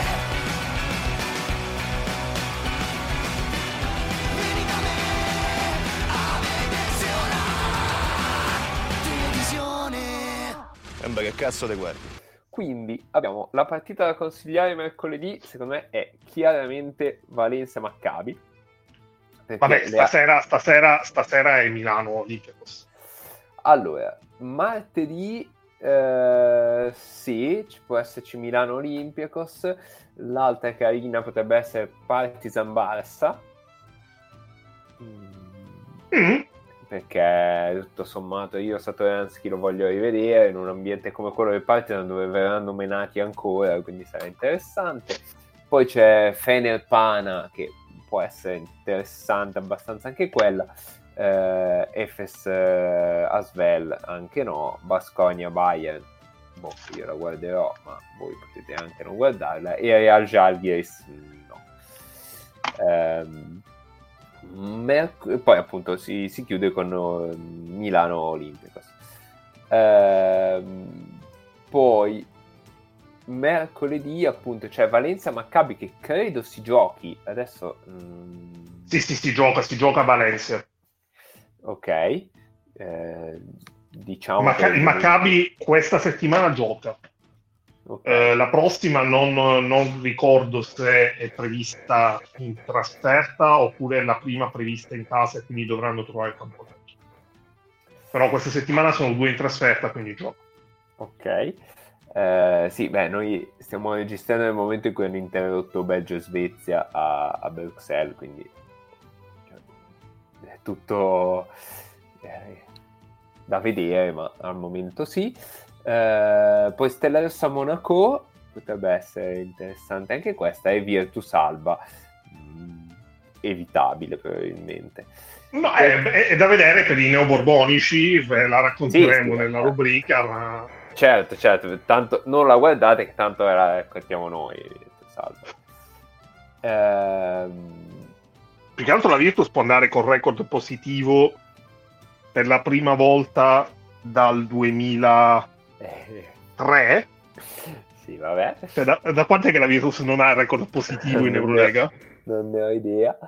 Vieni da me a vedersi una televisione. Che cazzo te guardi? Quindi abbiamo la partita da consigliare mercoledì, secondo me è chiaramente Valencia-Maccabi. Vabbè, stasera è Milano Olympiacos. Allora, martedì sì, ci può esserci Milano Olympiacos, l'altra carina potrebbe essere Partizan Barça. Perché tutto sommato io Satoransky lo voglio rivedere in un ambiente come quello del Partizan dove verranno menati ancora, quindi sarà interessante. Poi c'è Fener-Pana che può essere interessante abbastanza anche quella, Efes Asvel anche no, Baskonia Bayern io la guarderò ma voi potete anche non guardarla, e Real Žalgiris no. Poi appunto si chiude con Milano Olympiacos. Poi mercoledì appunto c'è Valencia Maccabi che credo si giochi adesso. Sì, si gioca a Valencia. Ok, diciamo il Maccabi questa settimana gioca. Okay. La prossima non ricordo se è prevista in trasferta oppure è la prima prevista in casa e quindi dovranno trovare il campo. Però questa settimana sono 2 in trasferta, quindi gioco. Ok. Sì, beh, noi stiamo registrando nel momento in cui hanno interrotto Belgio-Svezia a Bruxelles, quindi è tutto da vedere, ma al momento sì. Poi Stella Rossa Monaco potrebbe essere interessante anche questa, e Virtus Alba evitabile probabilmente. No, è da vedere per i neoborbonici, la racconteremo Sì, nella rubrica, ma certo, tanto non la guardate che tanto la raccontiamo noi, Virtus Alba. più che altro la Virtus può andare con record positivo per la prima volta dal 2003. Sì, vabbè. Cioè, da quant'è che la Virtus non ha il record positivo in Eurolega? Non ne ho idea.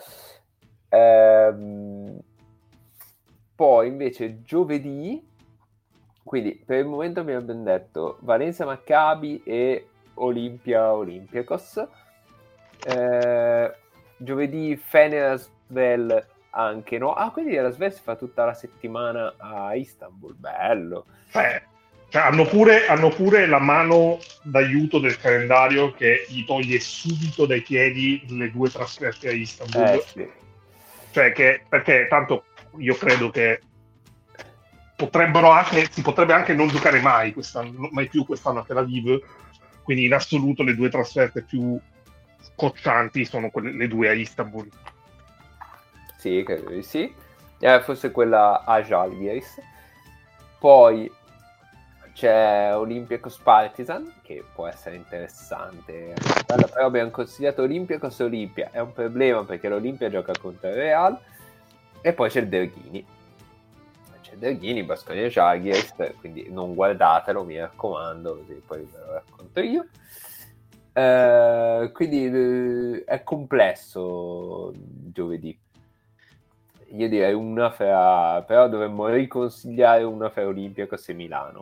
Poi invece giovedì, quindi per il momento abbiamo ben detto Valencia Maccabi e Olimpia Olympiacos. Giovedì Fener-Asvel anche, no? Ah, quindi l'Asvel si fa tutta la settimana a Istanbul, bello. Cioè, hanno pure la mano d'aiuto del calendario che gli toglie subito dai piedi le 2 trasferte a Istanbul. Sì. Cioè, perché tanto io credo che si potrebbe anche non giocare mai più quest'anno a Tel Aviv, quindi in assoluto le 2 trasferte più scoccianti sono le 2 a Istanbul. Sì, credo di sì. Forse quella a Žalgiris. Poi c'è Olympiacos Partizan, che può essere interessante. Però abbiamo consigliato Olympiacos e Olimpia. È un problema perché l'Olimpia gioca contro il Real. E poi c'è il Derghini. Baskonia e Žalgiris, quindi non guardatelo, mi raccomando, così poi ve lo racconto io. Quindi è complesso giovedì. Io direi una però dovremmo riconsigliare una fra Olympiacos e Milano.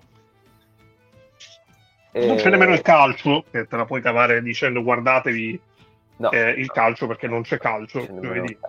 Non c'è nemmeno il calcio, che te la puoi cavare dicendo guardatevi il calcio, perché non c'è calcio giovedì.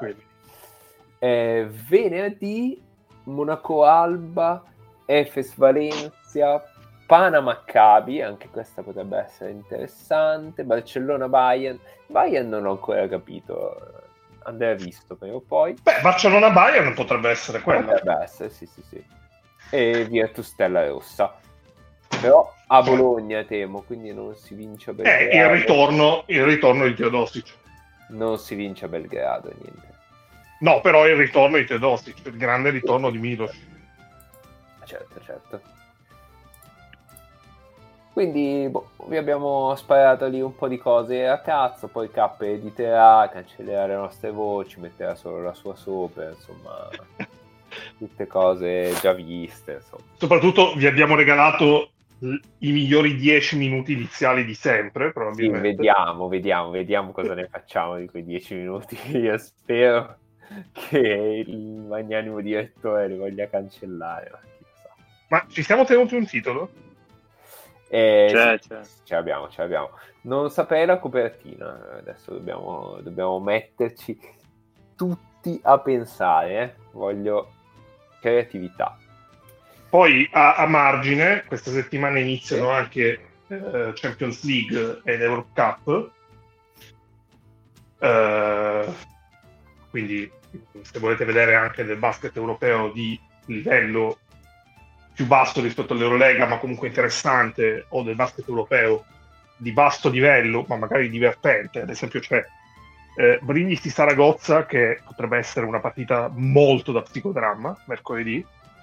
Venerdì Monaco Alba, Efes Valencia, Pana Maccabi, anche questa potrebbe essere interessante. Barcellona Bayern non ho ancora capito, andrà visto prima o poi. Barcellona Bayern potrebbe essere quello. Potrebbe essere, sì. E Virtus Stella Rossa. Però a Bologna temo, quindi non si vince a Belgrado. Il ritorno di Teodosic. Non si vince a Belgrado, niente. No, però il ritorno di Teodosic, il grande ritorno di Milos. Certo. Quindi vi abbiamo sparato lì un po' di cose a cazzo, poi K editerà, cancellerà le nostre voci, metterà solo la sua sopra, insomma, tutte cose già viste, insomma. Soprattutto vi abbiamo regalato i migliori 10 minuti iniziali di sempre, probabilmente. Sì, vediamo cosa ne facciamo di quei 10 minuti. Io spero che il magnanimo direttore li voglia cancellare, ma chi lo sa. Ma ci siamo tenuti un titolo? C'è. Ce l'abbiamo. Non saprei la copertina, adesso dobbiamo metterci tutti a pensare, voglio creatività. Poi a margine, questa settimana iniziano anche Champions League ed Euro Cup, quindi se volete vedere anche del basket europeo di livello più basso rispetto all'Eurolega, ma comunque interessante, o del basket europeo di basso livello, ma magari divertente. Ad esempio c'è Brindisi Saragozza, che potrebbe essere una partita molto da psicodramma, mercoledì.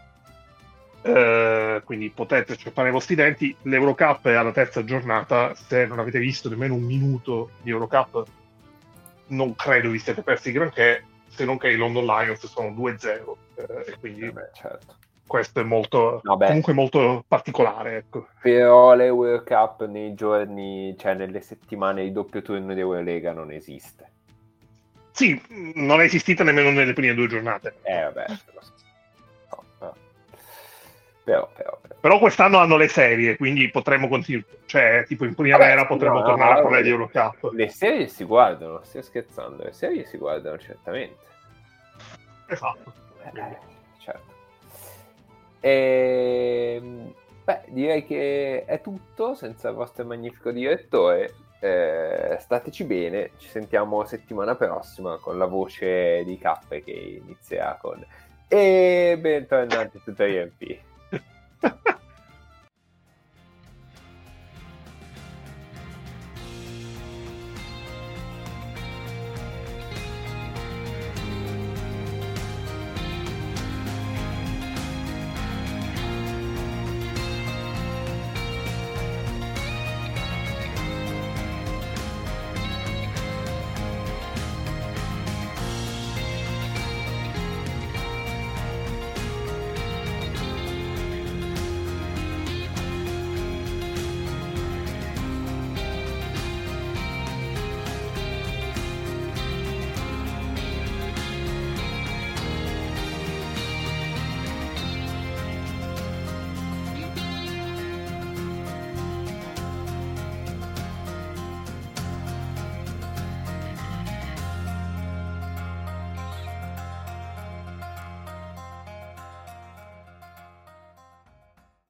Quindi potete cercare i vostri denti. L'Eurocup è alla 3ª giornata. Se non avete visto nemmeno un minuto di Eurocup, non credo vi siete persi granché, se non che i London Lions sono 2-0, e quindi certo. Questo è molto comunque molto particolare, ecco. Però l'Eurocup nei giorni, cioè nelle settimane di doppio turno di Eurolega non esiste. Sì, non è esistita nemmeno nelle prime 2 giornate. Vabbè. Però. Però quest'anno hanno le serie, quindi potremmo continuare. Cioè, tipo in primavera potremmo tornare a parlare di Eurocup. Le serie si guardano, stai scherzando? Le serie si guardano certamente. Esatto. Certo. Direi che è tutto, senza il vostro magnifico direttore. Stateci bene, ci sentiamo settimana prossima con la voce di K che inizierà con e bentornati tutti riempiti.